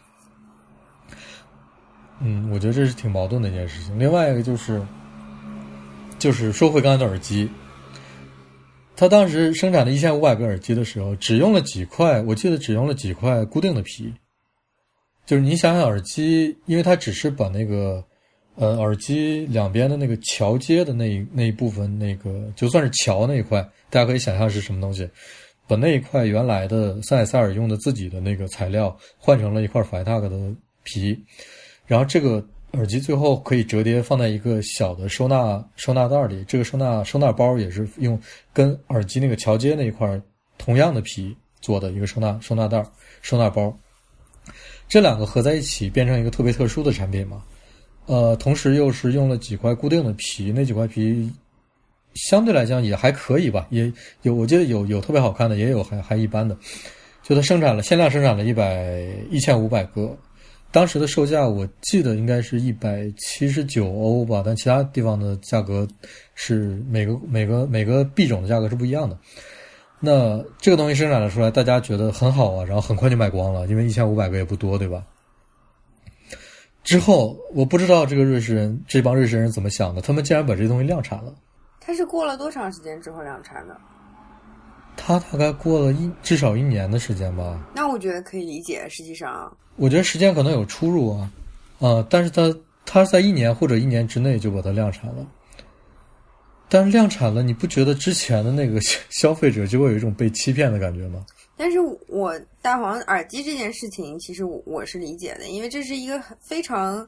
嗯，我觉得这是挺矛盾的一件事情。另外一个就是，就是说回刚才的耳机，他当时生产的一千五百个耳机的时候，只用了几块，我记得只用了几块固定的皮。就是你想想耳机，因为它只是把那个呃耳机两边的那个桥接的那一那一部分，那个就算是桥那一块，大家可以想象是什么东西，把那一块原来的塞塞尔用的自己的那个材料换成了一块 Flytag 的皮。然后这个耳机最后可以折叠放在一个小的收纳收纳袋里，这个收纳收纳包也是用跟耳机那个桥接那一块同样的皮做的一个收纳收纳袋收纳包，这两个合在一起变成一个特别特殊的产品嘛。呃，同时又是用了几块固定的皮，那几块皮相对来讲也还可以吧，也有我记得有有特别好看的，也有还还一般的。就它生产了限量生产了一百一千五百个。当时的售价我记得应该是一百七十九欧吧，但其他地方的价格是每个每个每个币种的价格是不一样的。那这个东西生产了出来，大家觉得很好啊，然后很快就卖光了，因为一千五百个也不多，对吧？之后我不知道这个瑞士人这帮瑞士人怎么想的，他们竟然把这东西量产了。 他是过了多长时间之后量产的？ 他大概过了一至少一年的时间吧。 那我觉得可以理解，实际上我觉得时间可能有出入啊，啊、呃，但是他他在一年或者一年之内就把它量产了。但是量产了，你不觉得之前的那个消费者就会有一种被欺骗的感觉吗？ 但是我大黄耳机这件事情，其实我是理解的，因为这是一个非常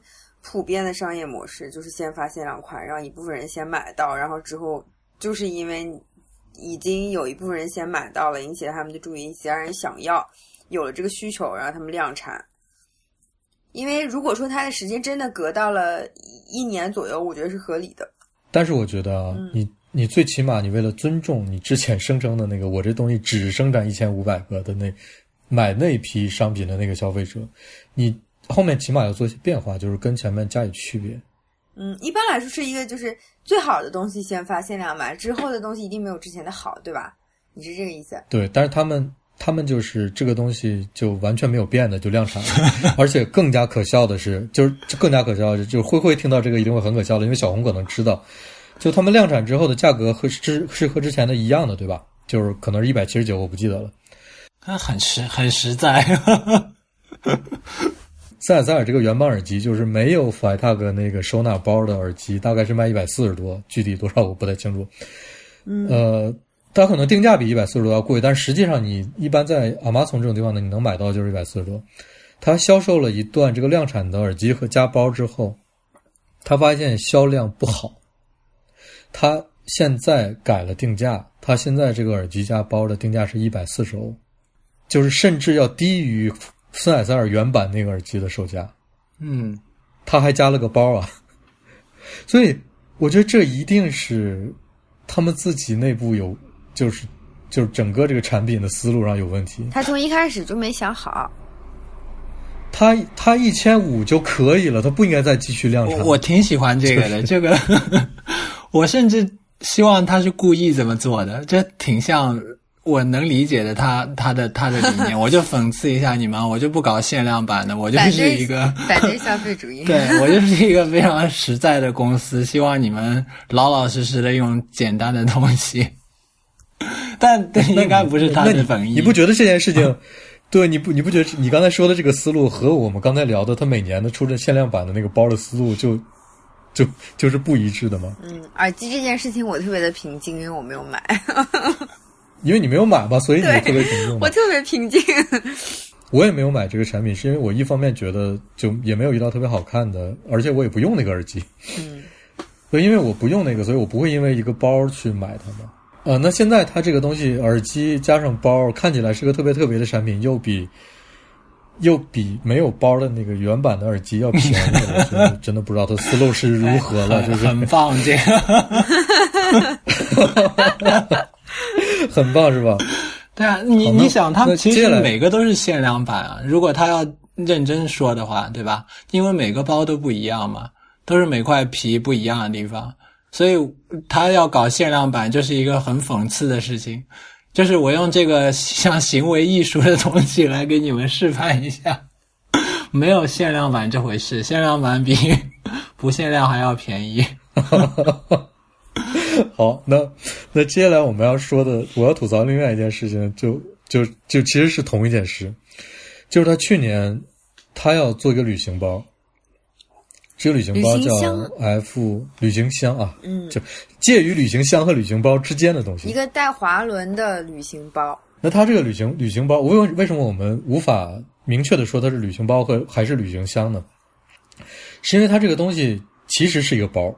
普遍的商业模式，就是先发限量款，让一部分人先买到，然后之后就是因为已经有一部分人先买到了，引起了他们的注意，其他人想要，有了这个需求，然后他们量产。因为如果说它的时间真的隔到了一年左右，我觉得是合理的。 但是我觉得啊，嗯、你你最起码你为了尊重你之前声称的那个我这东西只生产一千五百个的那买那批商品的那个消费者，你后面起码要做一些变化，就是跟前面加以区别。 嗯，一般来说是一个就是最好的东西先发限量买，之后的东西一定没有之前的好，对吧？你是这个意思？ 对，但是他们他们就是这个东西就完全没有变的就量产了，而且更加可笑的是，就是更加可笑的是，就是灰灰听到这个一定会很可笑的，因为小红可能知道，就他们量产之后的价格和之是和之前的一样的，对吧？就是可能是一百七十九，我不记得了。 它很实很实在。 塞尔塞尔这个原版耳机就是没有 Freitag 那个收纳包的耳机，大概是卖一百四十多，具体多少我不太清楚。 嗯， 呃，它可能定价比一百四十多要贵，但实际上你一般在 Amazon 这种地方呢，你能买到就是一百四十多。它销售了一段这个量产的耳机和加包之后，他发现销量不好，他现在改了定价，他现在这个耳机加包的定价是一百四十欧，就是甚至要低于森海塞尔原版那个耳机的售价。 嗯， 他还加了个包啊，所以我觉得这一定是他们自己内部有，就是就是整个这个产品的思路上有问题。 他从一开始就没想好。 他他一千五就可以了，他不应该再继续量产。 我, 我挺喜欢这个的，就是、这个我甚至希望他是故意这么做的，这挺像我能理解的他他的他的理念。我就讽刺一下你们，我就不搞限量版的，我就是一个反对消费主义。 对，我就是一个非常实在的公司，希望你们老老实实的用简单的东西。但但应该不是他的本意。 你, 你不觉得这件事情？对，你不你不觉得你刚才说的这个思路和我们刚才聊的他每年的出的限量版的那个包的思路就就就是不一致的吗？ 嗯，耳机这件事情我特别的平静，因为我没有买。 因为你没有买吧，所以你特别平静。 我特别平静。 我也没有买这个产品，是因为我一方面觉得就也没有遇到特别好看的，而且我也不用那个耳机。 嗯， 所以因为我不用那个，所以我不会因为一个包去买它们。呃，那现在它这个东西，耳机加上包，看起来是个特别特别的产品，又比又比没有包的那个原版的耳机要便宜。我觉得真的不知道它思路是如何了，就是很棒，这个很棒是吧？ 对啊，你你想，它其实每个都是限量版啊。如果他要认真说的话，对吧？因为每个包都不一样嘛，都是每块皮不一样的地方。所以他要搞限量版就是一个很讽刺的事情，就是我用这个像行为艺术的东西来给你们示范一下，没有限量版这回事，限量版比不限量还要便宜。 好，那那接下来我们要说的，我要吐槽另外一件事情，就就就其实是同一件事，就是他去年他要做一个旅行包。这个旅行包叫 F 旅行箱啊， 嗯， 就介于旅行箱和旅行包之间的东西， 一个带滑轮的旅行包。 那它这个旅行旅行包，为为什么我们无法明确的说它是旅行包和还是旅行箱呢？是因为它这个东西其实是一个包，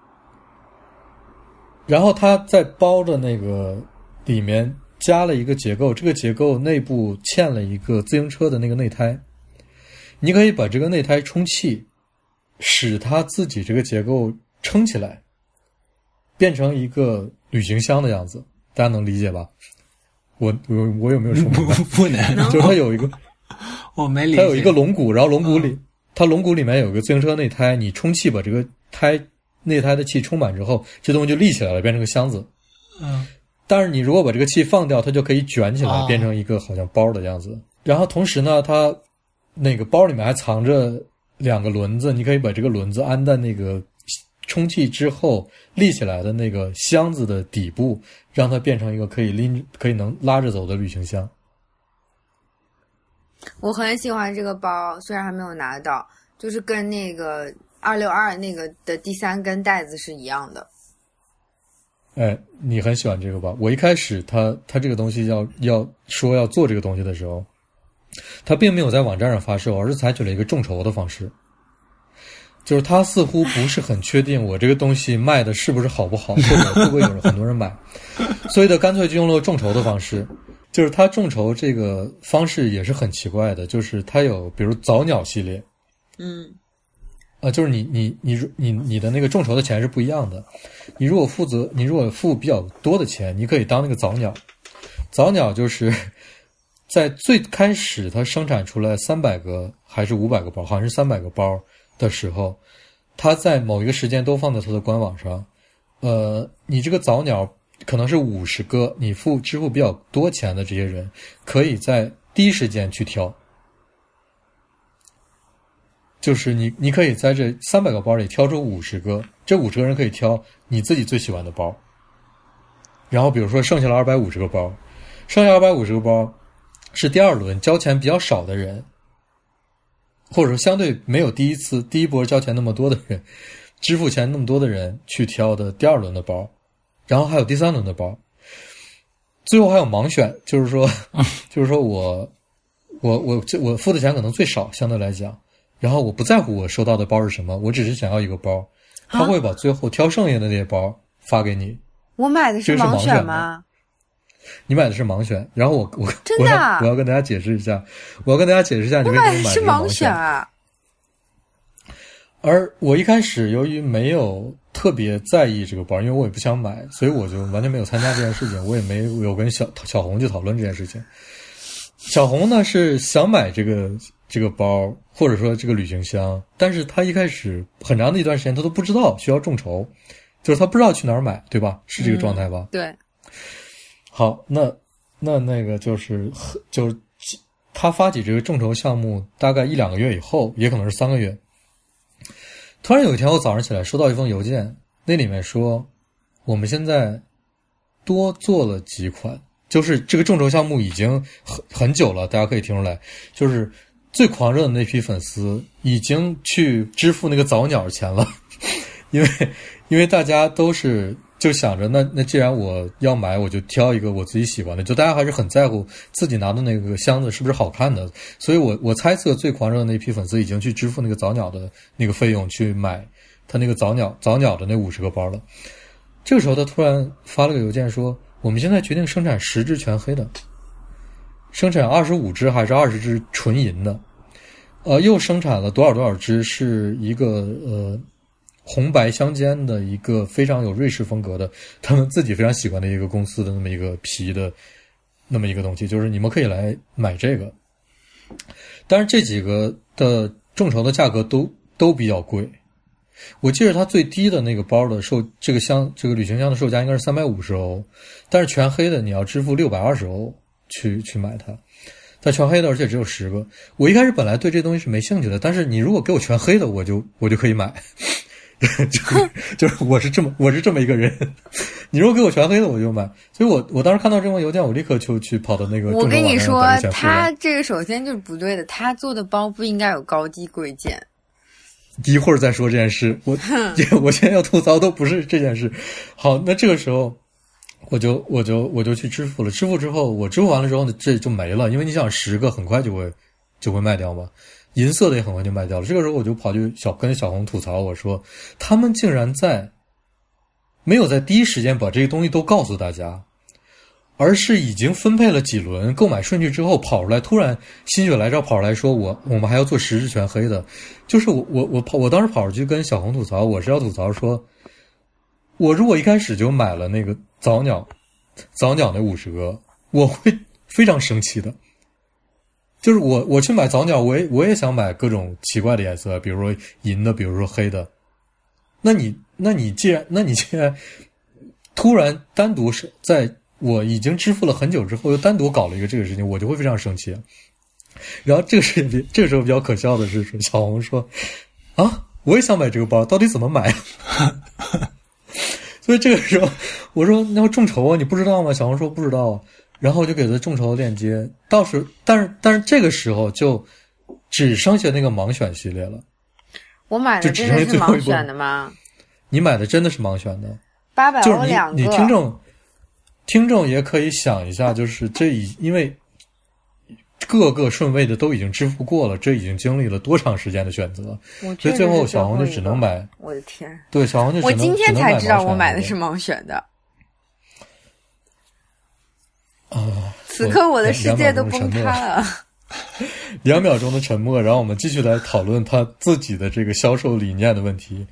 然后它在包的那个里面加了一个结构，这个结构内部嵌了一个自行车的那个内胎，你可以把这个内胎充气。使它自己这个结构撑起来，变成一个旅行箱的样子，大家能理解吧？我我我有没有说明白？ 不不能， 就是它有一个， 我没理解。 它有一个龙骨，然后龙骨里，嗯、它龙骨里面有个自行车内胎，你充气把这个胎内胎的气充满之后，这东西就立起来了，变成个箱子。 嗯。 但是你如果把这个气放掉，它就可以卷起来，哦、变成一个好像包的样子。然后同时呢，它那个包里面还藏着。两个轮子，你可以把这个轮子安在那个充气之后立起来的那个箱子的底部，让它变成一个可以拎、可以能拉着走的旅行箱。 我很喜欢这个包，虽然还没有拿到，就是跟那个二六二那个的第三根带子是一样的。 哎，你很喜欢这个包。我一开始他他这个东西要要说要做这个东西的时候。他并没有在网站上发售，而是采取了一个众筹的方式。 就是他似乎不是很确定我这个东西卖的是不是好不好，或者会不会有很多人买，所以他干脆就用了众筹的方式。就是他众筹这个方式也是很奇怪的，就是他有比如早鸟系列， 嗯， 呃，就是你你你你你的那个众筹的钱是不一样的。你如果负责，你如果付比较多的钱，你可以当那个早鸟。早鸟就是在最开始它生产出来三百个还是五百个包，好像是三百个包的时候，它在某一个时间都放在它的官网上。呃，你这个早鸟可能是五十个，你付支付比较多钱的这些人，可以在第一时间去挑。就是你，你可以在这三百个包里挑出五十个，这五十个人可以挑你自己最喜欢的包。然后比如说剩下了二百五十个包，剩下二百五十个包是第二轮交钱比较少的人，或者说相对没有第一次第一波交钱那么多的人，支付钱那么多的人去挑的第二轮的包，然后还有第三轮的包，最后还有盲选，就是说，就是说我我我我付的钱可能最少相对来讲，然后我不在乎我收到的包是什么，我只是想要一个包，他会把最后挑剩下的那些包发给你。 我买的是盲选吗？ 你买的是盲选，然后我我真的、啊、 我要我要跟大家解释一下，我要跟大家解释一下你为什么买的是盲选啊。 而我一开始由于没有特别在意这个包，因为我也不想买，所以我就完全没有参加这件事情，我也没有跟小小红去讨论这件事情。小红呢是想买这个这个包，或者说这个旅行箱，但是他一开始很长的一段时间他都不知道需要众筹，就是他不知道去哪儿买，对吧？是这个状态吧？ 嗯、对。 好，那那那个就是就是他发起这个众筹项目大概一两个月以后，也可能是三个月。突然有一天我早上起来收到一封邮件，那里面说我们现在多做了几款，就是这个众筹项目已经很很久了，大家可以听出来，就是最狂热的那批粉丝已经去支付那个早鸟钱了，因为因为大家都是就想着那那既然我要买，我就挑一个我自己喜欢的，就大家还是很在乎自己拿的那个箱子是不是好看的，所以我我猜测最狂热的那批粉丝已经去支付那个早鸟的那个费用去买他那个早鸟早鸟的那五十个包了。这个时候他突然发了个邮件说，我们现在决定生产十只全黑的，生产二十五只还是二十只纯银的，呃，又生产了多少多少只是一个呃。红白相间的一个非常有瑞士风格的他们自己非常喜欢的一个公司的那么一个皮的那么一个东西，就是你们可以来买这个。但是这几个的众筹的价格都都比较贵，我记得它最低的那个包的售这个箱这个旅行箱的售价应该是三百五十欧，但是全黑的你要支付六百二十欧去去买它。它全黑的而且只有十个，我一开始本来对这东西是没兴趣的，但是你如果给我全黑的我就我就可以买。就是就是我是这么我是这么一个人，你如果给我全黑的我就买，所以我我当时看到这封邮件，我立刻就去跑到那个众筹网上。 我跟你说，他这个首先就是不对的，他做的包不应该有高低贵贱。 一会儿再说这件事，我我现在要吐槽都不是这件事。好，那这个时候我就我就我就去支付了，支付之后我支付完了之后呢，这就没了，因为你想十个很快就会就会卖掉嘛。银色的也很快就卖掉了。这个时候我就跑去小跟小红吐槽，我说他们竟然在没有在第一时间把这些东西都告诉大家，而是已经分配了几轮购买顺序之后跑出来，突然心血来潮跑出来说我我们还要做十只全黑的。就是我我我跑我当时跑出去跟小红吐槽，我是要吐槽说，我如果一开始就买了那个早鸟早鸟那五十个，我会非常生气的。就是我我去买早鸟，我也我也想买各种奇怪的颜色，比如说银的，比如说黑的。那你那你既然那你既然突然单独是在我已经支付了很久之后又单独搞了一个这个事情，我就会非常生气。然后这个事情这个时候比较可笑的是，小红说啊，我也想买这个包，到底怎么买？所以这个时候我说那要众筹啊，你不知道吗？小红说不知道。然后我就给他众筹链接，到时但是但是这个时候就只剩下那个盲选系列了。 我买的真的是盲选的吗？ 你买的真的是盲选的， 八百欧两个。 你听众听众也可以想一下，就是这已因为各个顺位的都已经支付过了，这已经经历了多长时间的选择，所以最后小红就只能买。 我的天！ 对，小红就只能我今天才知道我买的是盲选的。 啊、呃！ 此刻我的世界都崩塌了。 两秒钟的沉默，然后我们继续来讨论他自己的这个销售理念的问题。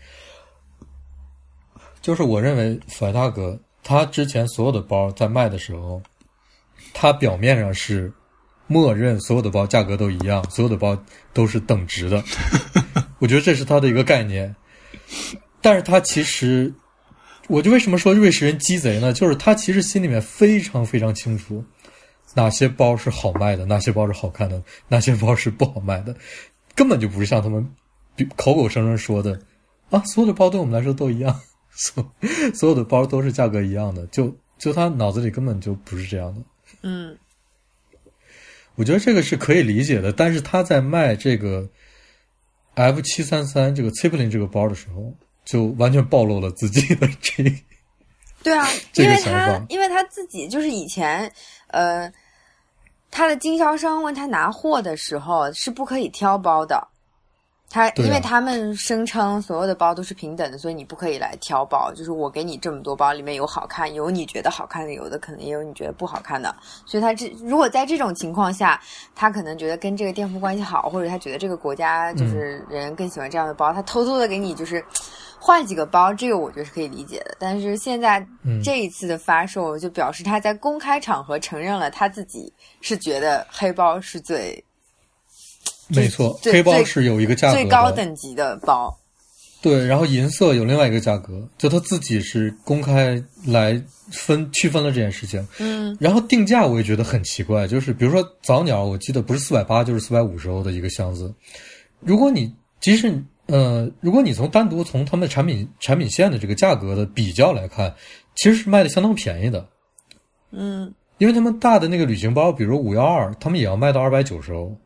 就是我认为弗莱塔格他之前所有的包在卖的时候，他表面上是默认所有的包价格都一样，所有的包都是等值的。我觉得这是他的一个概念。但是他其实，我就为什么说瑞士人鸡贼呢？就是他其实心里面非常非常清楚哪些包是好卖的，哪些包是好看的，哪些包是不好卖的，根本就不是像他们口口声声说的啊，所有的包对我们来说都一样，所所有的包都是价格一样的，就就他脑子里根本就不是这样的。 嗯， 我觉得这个是可以理解的，但是他在卖这个 F 七三三 这个 Zeppelin 这个包的时候，就完全暴露了自己的这对啊， 这因为他因为他自己就是以前呃。他的经销商问他拿货的时候是不可以挑包的，他、啊、因为他们声称所有的包都是平等的，所以你不可以来挑包，就是我给你这么多包，里面有好看，有你觉得好看的，有的可能也有你觉得不好看的，所以他这如果在这种情况下，他可能觉得跟这个店铺关系好，或者他觉得这个国家就是人更喜欢这样的包，嗯、他偷偷的给你就是换几个包，这个我觉得是可以理解的。但是现在这一次的发售就表示他在公开场合承认了他自己是觉得黑包是最没错，黑包是有一个价格的最高等级的包。 对，然后银色有另外一个价格，就他自己是公开来分区分了这件事情。 嗯， 然后定价我也觉得很奇怪，就是比如说早鸟，我记得不是四百八就是四百五十欧的一个箱子，如果你即使呃，如果你从单独从他们的产品产品线的这个价格的比较来看，其实是卖的相当便宜的。 嗯， 因为他们大的那个旅行包，比如五一二，他们也要卖到二百九十欧。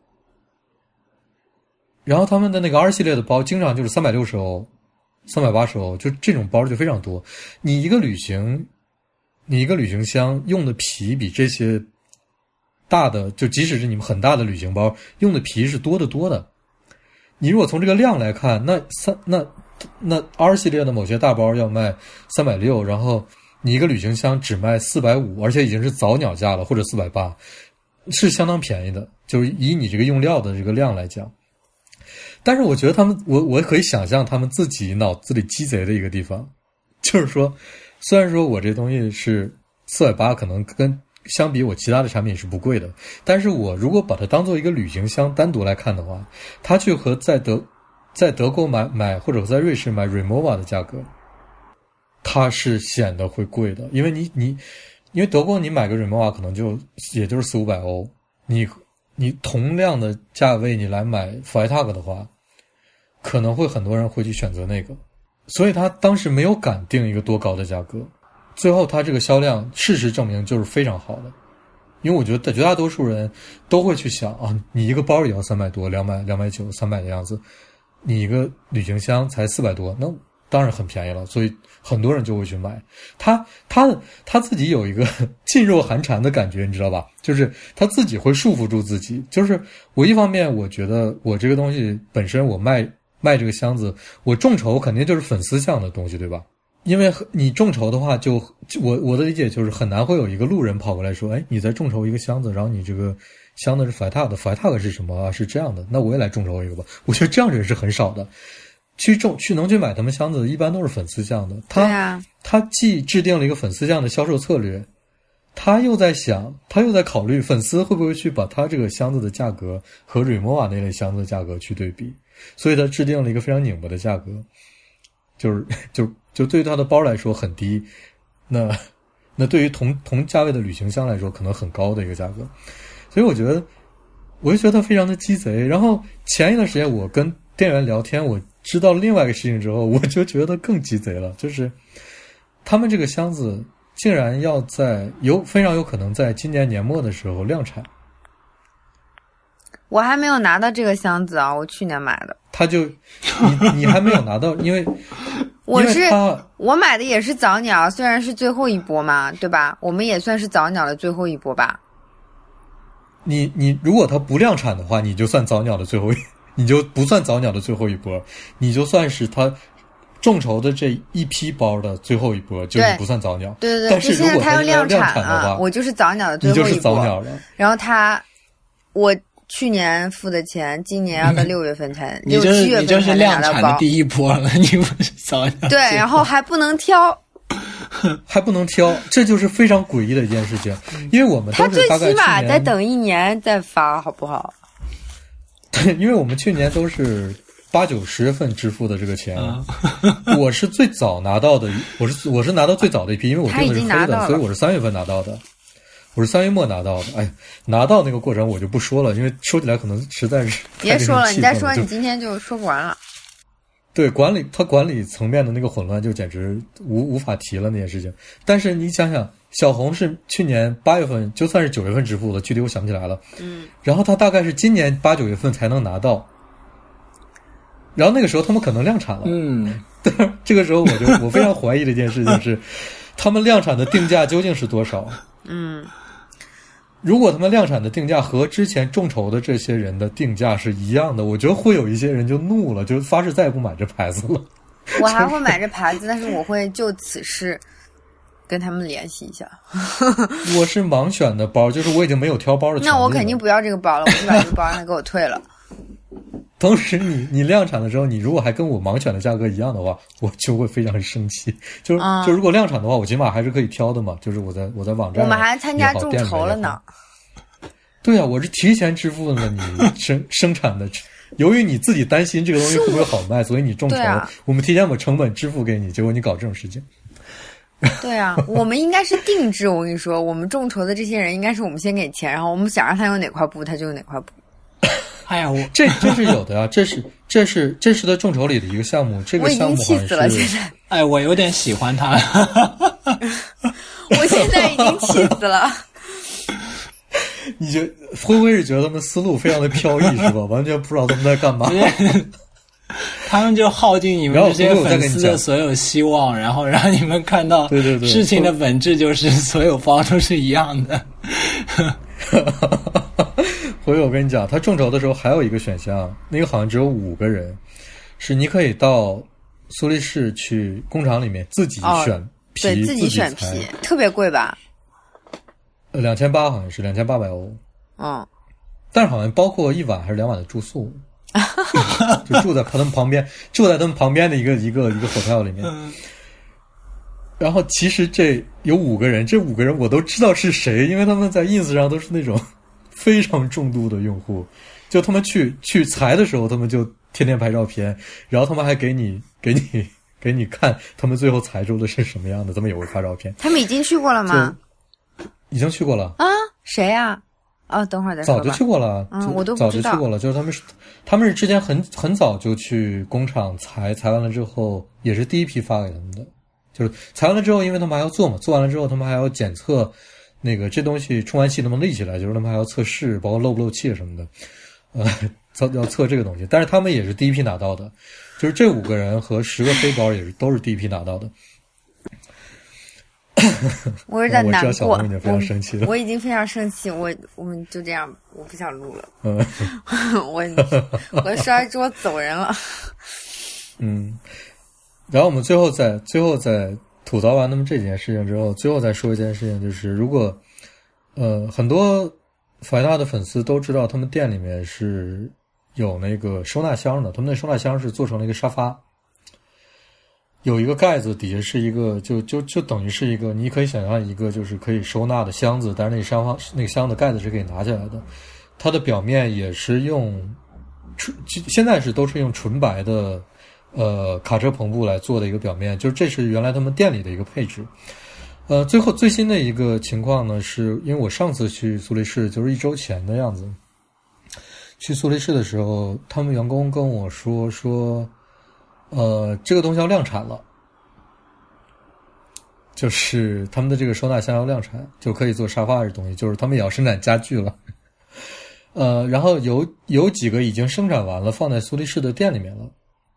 然后他们的那个 R 系列的包经常就是三百六十欧、三百八十欧，就这种包就非常多。你一个旅行，你一个旅行箱用的皮比这些大的，就即使是你们很大的旅行包用的皮是多得多的。你如果从这个量来看，那三那那 R 系列的某些大包要卖三百六，然后你一个旅行箱只卖四百五，而且已经是早鸟价了，或者四百八，是相当便宜的。就是以你这个用料的这个量来讲。但是我觉得他们，我我可以想象他们自己脑子里鸡贼的一个地方，就是说，虽然说我这东西是四百八，可能跟相比我其他的产品是不贵的，但是我如果把它当做一个旅行箱单独来看的话，它去和在德在德国买买或者在瑞士买 Rimowa 的价格，它是显得会贵的，因为你你因为德国你买个 Rimowa 可能就也就是四五百欧，你你同样的价位你来买 Freytag 的话，可能会很多人会去选择那个，所以他当时没有敢定一个多高的价格。最后他这个销量事实证明就是非常好的，因为我觉得绝大多数人都会去想啊，你一个包也要三百多、两百、两百九、三百的样子，你一个旅行箱才四百多，那当然很便宜了，所以很多人就会去买。他他他自己有一个噤若寒蝉的感觉，你知道吧？就是他自己会束缚住自己。就是我一方面我觉得我这个东西本身我卖卖这个箱子，我众筹肯定就是粉丝向的东西，对吧？因为你众筹的话就，我我的理解就是很难会有一个路人跑过来说，哎，你在众筹一个箱子，然后你这个箱子是 Freytag 的 Freytag 是什么啊？是这样的，那我也来众筹一个吧。我觉得这样的人是很少的。去众去能去买他们箱子的，一般都是粉丝向的。他、 啊、 他既制定了一个粉丝向的销售策略，他又在想，他又在考虑粉丝会不会去把他这个箱子的价格和 Rimowa 那类箱子的价格去对比，所以他制定了一个非常拧巴的价格，就是就就对于他的包来说很低，那那对于同同价位的旅行箱来说可能很高的一个价格，所以我觉得我就觉得他非常的鸡贼。然后前一段时间我跟店员聊天，我知道另外一个事情之后，我就觉得更鸡贼了，就是他们这个箱子竟然要在有非常有可能在今年年末的时候量产。 我还没有拿到这个箱子啊，我去年买的。 他就你你还没有拿到，因为我是我买的也是早鸟，虽然是最后一波嘛，对吧？我们也算是早鸟的最后一波吧。 你你如果它不量产的话，你就算早鸟的最后一，你就不算早鸟的最后一波，你就算是它众筹的这一批包的最后一波，就你不算早鸟。 对对对， 但是如果它要量产的话，我就是早鸟的最后一波。 你就是早鸟了。 然后它，我去年付的钱，今年要到六月份才，六、 嗯、 七月份才拿到包。 你就是量产的第一波了，你不是早鸟。 对，然后还不能挑。 还不能挑，这就是非常诡异的一件事情。因为我们都是大概去年，他最起码再等一年再发，好不好？ 对，因为我们去年都是八九十月份支付的这个钱，啊、我是最早拿到的，我是我是拿到最早的一批，因为我订的是黑的，所以我是三月份拿到的，我是三月末拿到的。哎，拿到那个过程我就不说了，因为说起来可能实在是别说了，你再说你今天就说不完了。 对，管理它管理层面的那个混乱就简直无无法提了那件事情。但是你想想，小红是去年八月份，就算是九月份支付的，具体我想不起来了。 嗯。 然后他大概是今年八九月份才能拿到，然后那个时候他们可能量产了。 嗯。 对，这个时候我就我非常怀疑的一件事情是，他们量产的定价究竟是多少？ 嗯。 如果他们量产的定价和之前众筹的这些人的定价是一样的，我觉得会有一些人就怒了，就发誓再也不买这牌子了。 我还会买这牌子，但是我会就此事跟他们联系一下。 我是盲选的包，就是我已经没有挑包的权利了。 那我肯定不要这个包了，我就把这个包让他给我退了。 同时你，你量产的时候，你如果还跟我盲选的价格一样的话，我就会非常生气。就、嗯、就如果量产的话，我起码还是可以挑的嘛。就是我在我在网站， 我们还参加众筹了呢。 对啊，我是提前支付了你生生产的。由于你自己担心这个东西会不会好卖，所以你众筹， 啊、 我们提前把成本支付给你，结果你搞这种事情。 对啊，我们应该是定制。我跟你说，我们众筹的这些人应该是我们先给钱，然后我们想让他用哪块布，他就用哪块布。 哎呀，我这这是有的呀、啊，这是这是这是在众筹里的一个项目，这个项目好像是。 我已经气死了，现在。 哎，我有点喜欢他。 我现在已经气死了。 你觉会不会是觉得他们思路非常的飘逸是吧？完全不知道他们在干嘛。 他们就耗尽你们这些粉丝的所有希望，然后让你们看到， 对对对， 事情的本质就是所有包都是一样的。 回头我跟你讲，他众筹的时候还有一个选项，那个好像只有五个人，是你可以到苏黎世去工厂里面自己选皮， 哦、对，自己选皮，特别贵吧？ 呃，两千八好像是两千八百欧。 嗯， 但是好像包括一晚还是两晚的住宿，就住在他们旁边，住在他们旁边的一个一个一个 hotel 里面。然后其实这有五个人，这五个人我都知道是谁，因为他们在 ins 上都是那种非常重度的用户，就他们去去裁的时候，他们就天天拍照片，然后他们还给你给你给你看他们最后裁出的是什么样的，他们也会发照片。 他们已经去过了吗？ 已经去过了啊？谁呀、啊？哦，等会儿再说吧。 早就去过了， 嗯，我都不知道早就去过了。就是他们是，他们是之前很很早就去工厂裁，裁完了之后也是第一批发给他们的。就是裁完了之后，因为他们还要做嘛，做完了之后他们还要检测那个这东西充完气能不能立起来，就是他们还要测试，包括漏不漏气什么的，呃，要测这个东西。但是他们也是第一批拿到的，就是这五个人和十个背包也是都是第一批拿到的。 我有点难过， 我知道小红已经非常生气了。 我已经非常生气，我我们就这样，我不想录了。 嗯， 我我摔桌走人了。 嗯，然后我们最后再最后再吐槽完他们这件事情之后，最后再说一件事情，就是如果呃很多法大的粉丝都知道，他们店里面是有那个收纳箱的，他们那收纳箱是做成了一个沙发。有一个盖子，底下是一个，就就就等于是一个，你可以想象一个就是可以收纳的箱子，但是那个箱那个箱的盖子是可以拿下来的。它的表面也是用纯，现在是都是用纯白的呃卡车篷布来做的一个表面，就是这是原来他们店里的一个配置。呃，最后最新的一个情况呢，是因为我上次去苏黎世就是一周前的样子，去苏黎世的时候，他们员工跟我说说。呃，这个东西要量产了，就是他们的这个收纳箱要量产，就可以做沙发这东西，就是他们也要生产家具了。呃，然后有有几个已经生产完了，放在苏黎世的店里面了。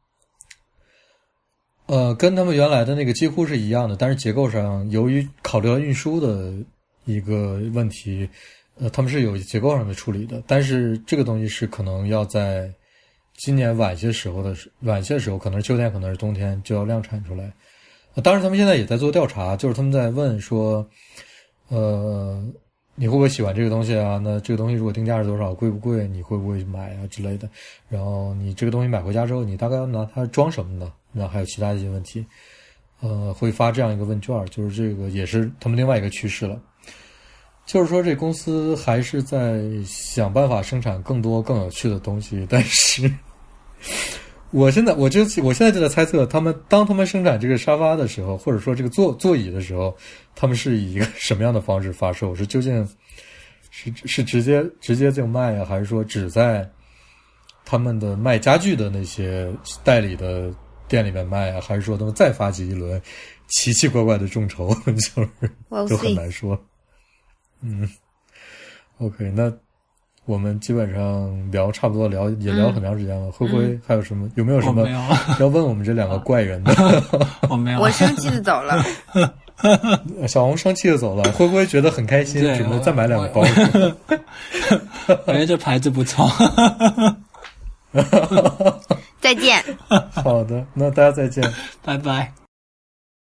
呃，跟他们原来的那个几乎是一样的，但是结构上由于考虑到运输的一个问题， 呃，他们是有结构上的处理的，但是这个东西是可能要在今年晚些时候的晚些时候，可能是秋天，可能是冬天就要量产出来。呃、当然，他们现在也在做调查，就是他们在问说，呃，你会不会喜欢这个东西啊？那这个东西如果定价是多少，贵不贵？你会不会买啊之类的？然后你这个东西买回家之后，你大概要拿它装什么呢？那还有其他一些问题，呃，会发这样一个问卷，就是这个也是他们另外一个趋势了。就是说，这公司还是在想办法生产更多更有趣的东西，但是，我现在我就我现在就在猜测，他们当他们生产这个沙发的时候，或者说这个座座椅的时候，他们是以一个什么样的方式发售？是究竟是是直接直接就卖啊，还是说只在他们的卖家具的那些代理的店里面卖啊，还是说他们再发起一轮奇奇怪怪的众筹？就是都很难说。嗯 ，OK， 那我们基本上聊差不多聊也聊很长时间了，嗯、会不会还有什么？有没有什么要问我们这两个怪人的？ 我没有， 我生气的走了。 小红生气的走了，会不会觉得很开心？准备再买两个包？ 我觉得这牌子不错。 再见。 好的，那大家再见， 拜拜。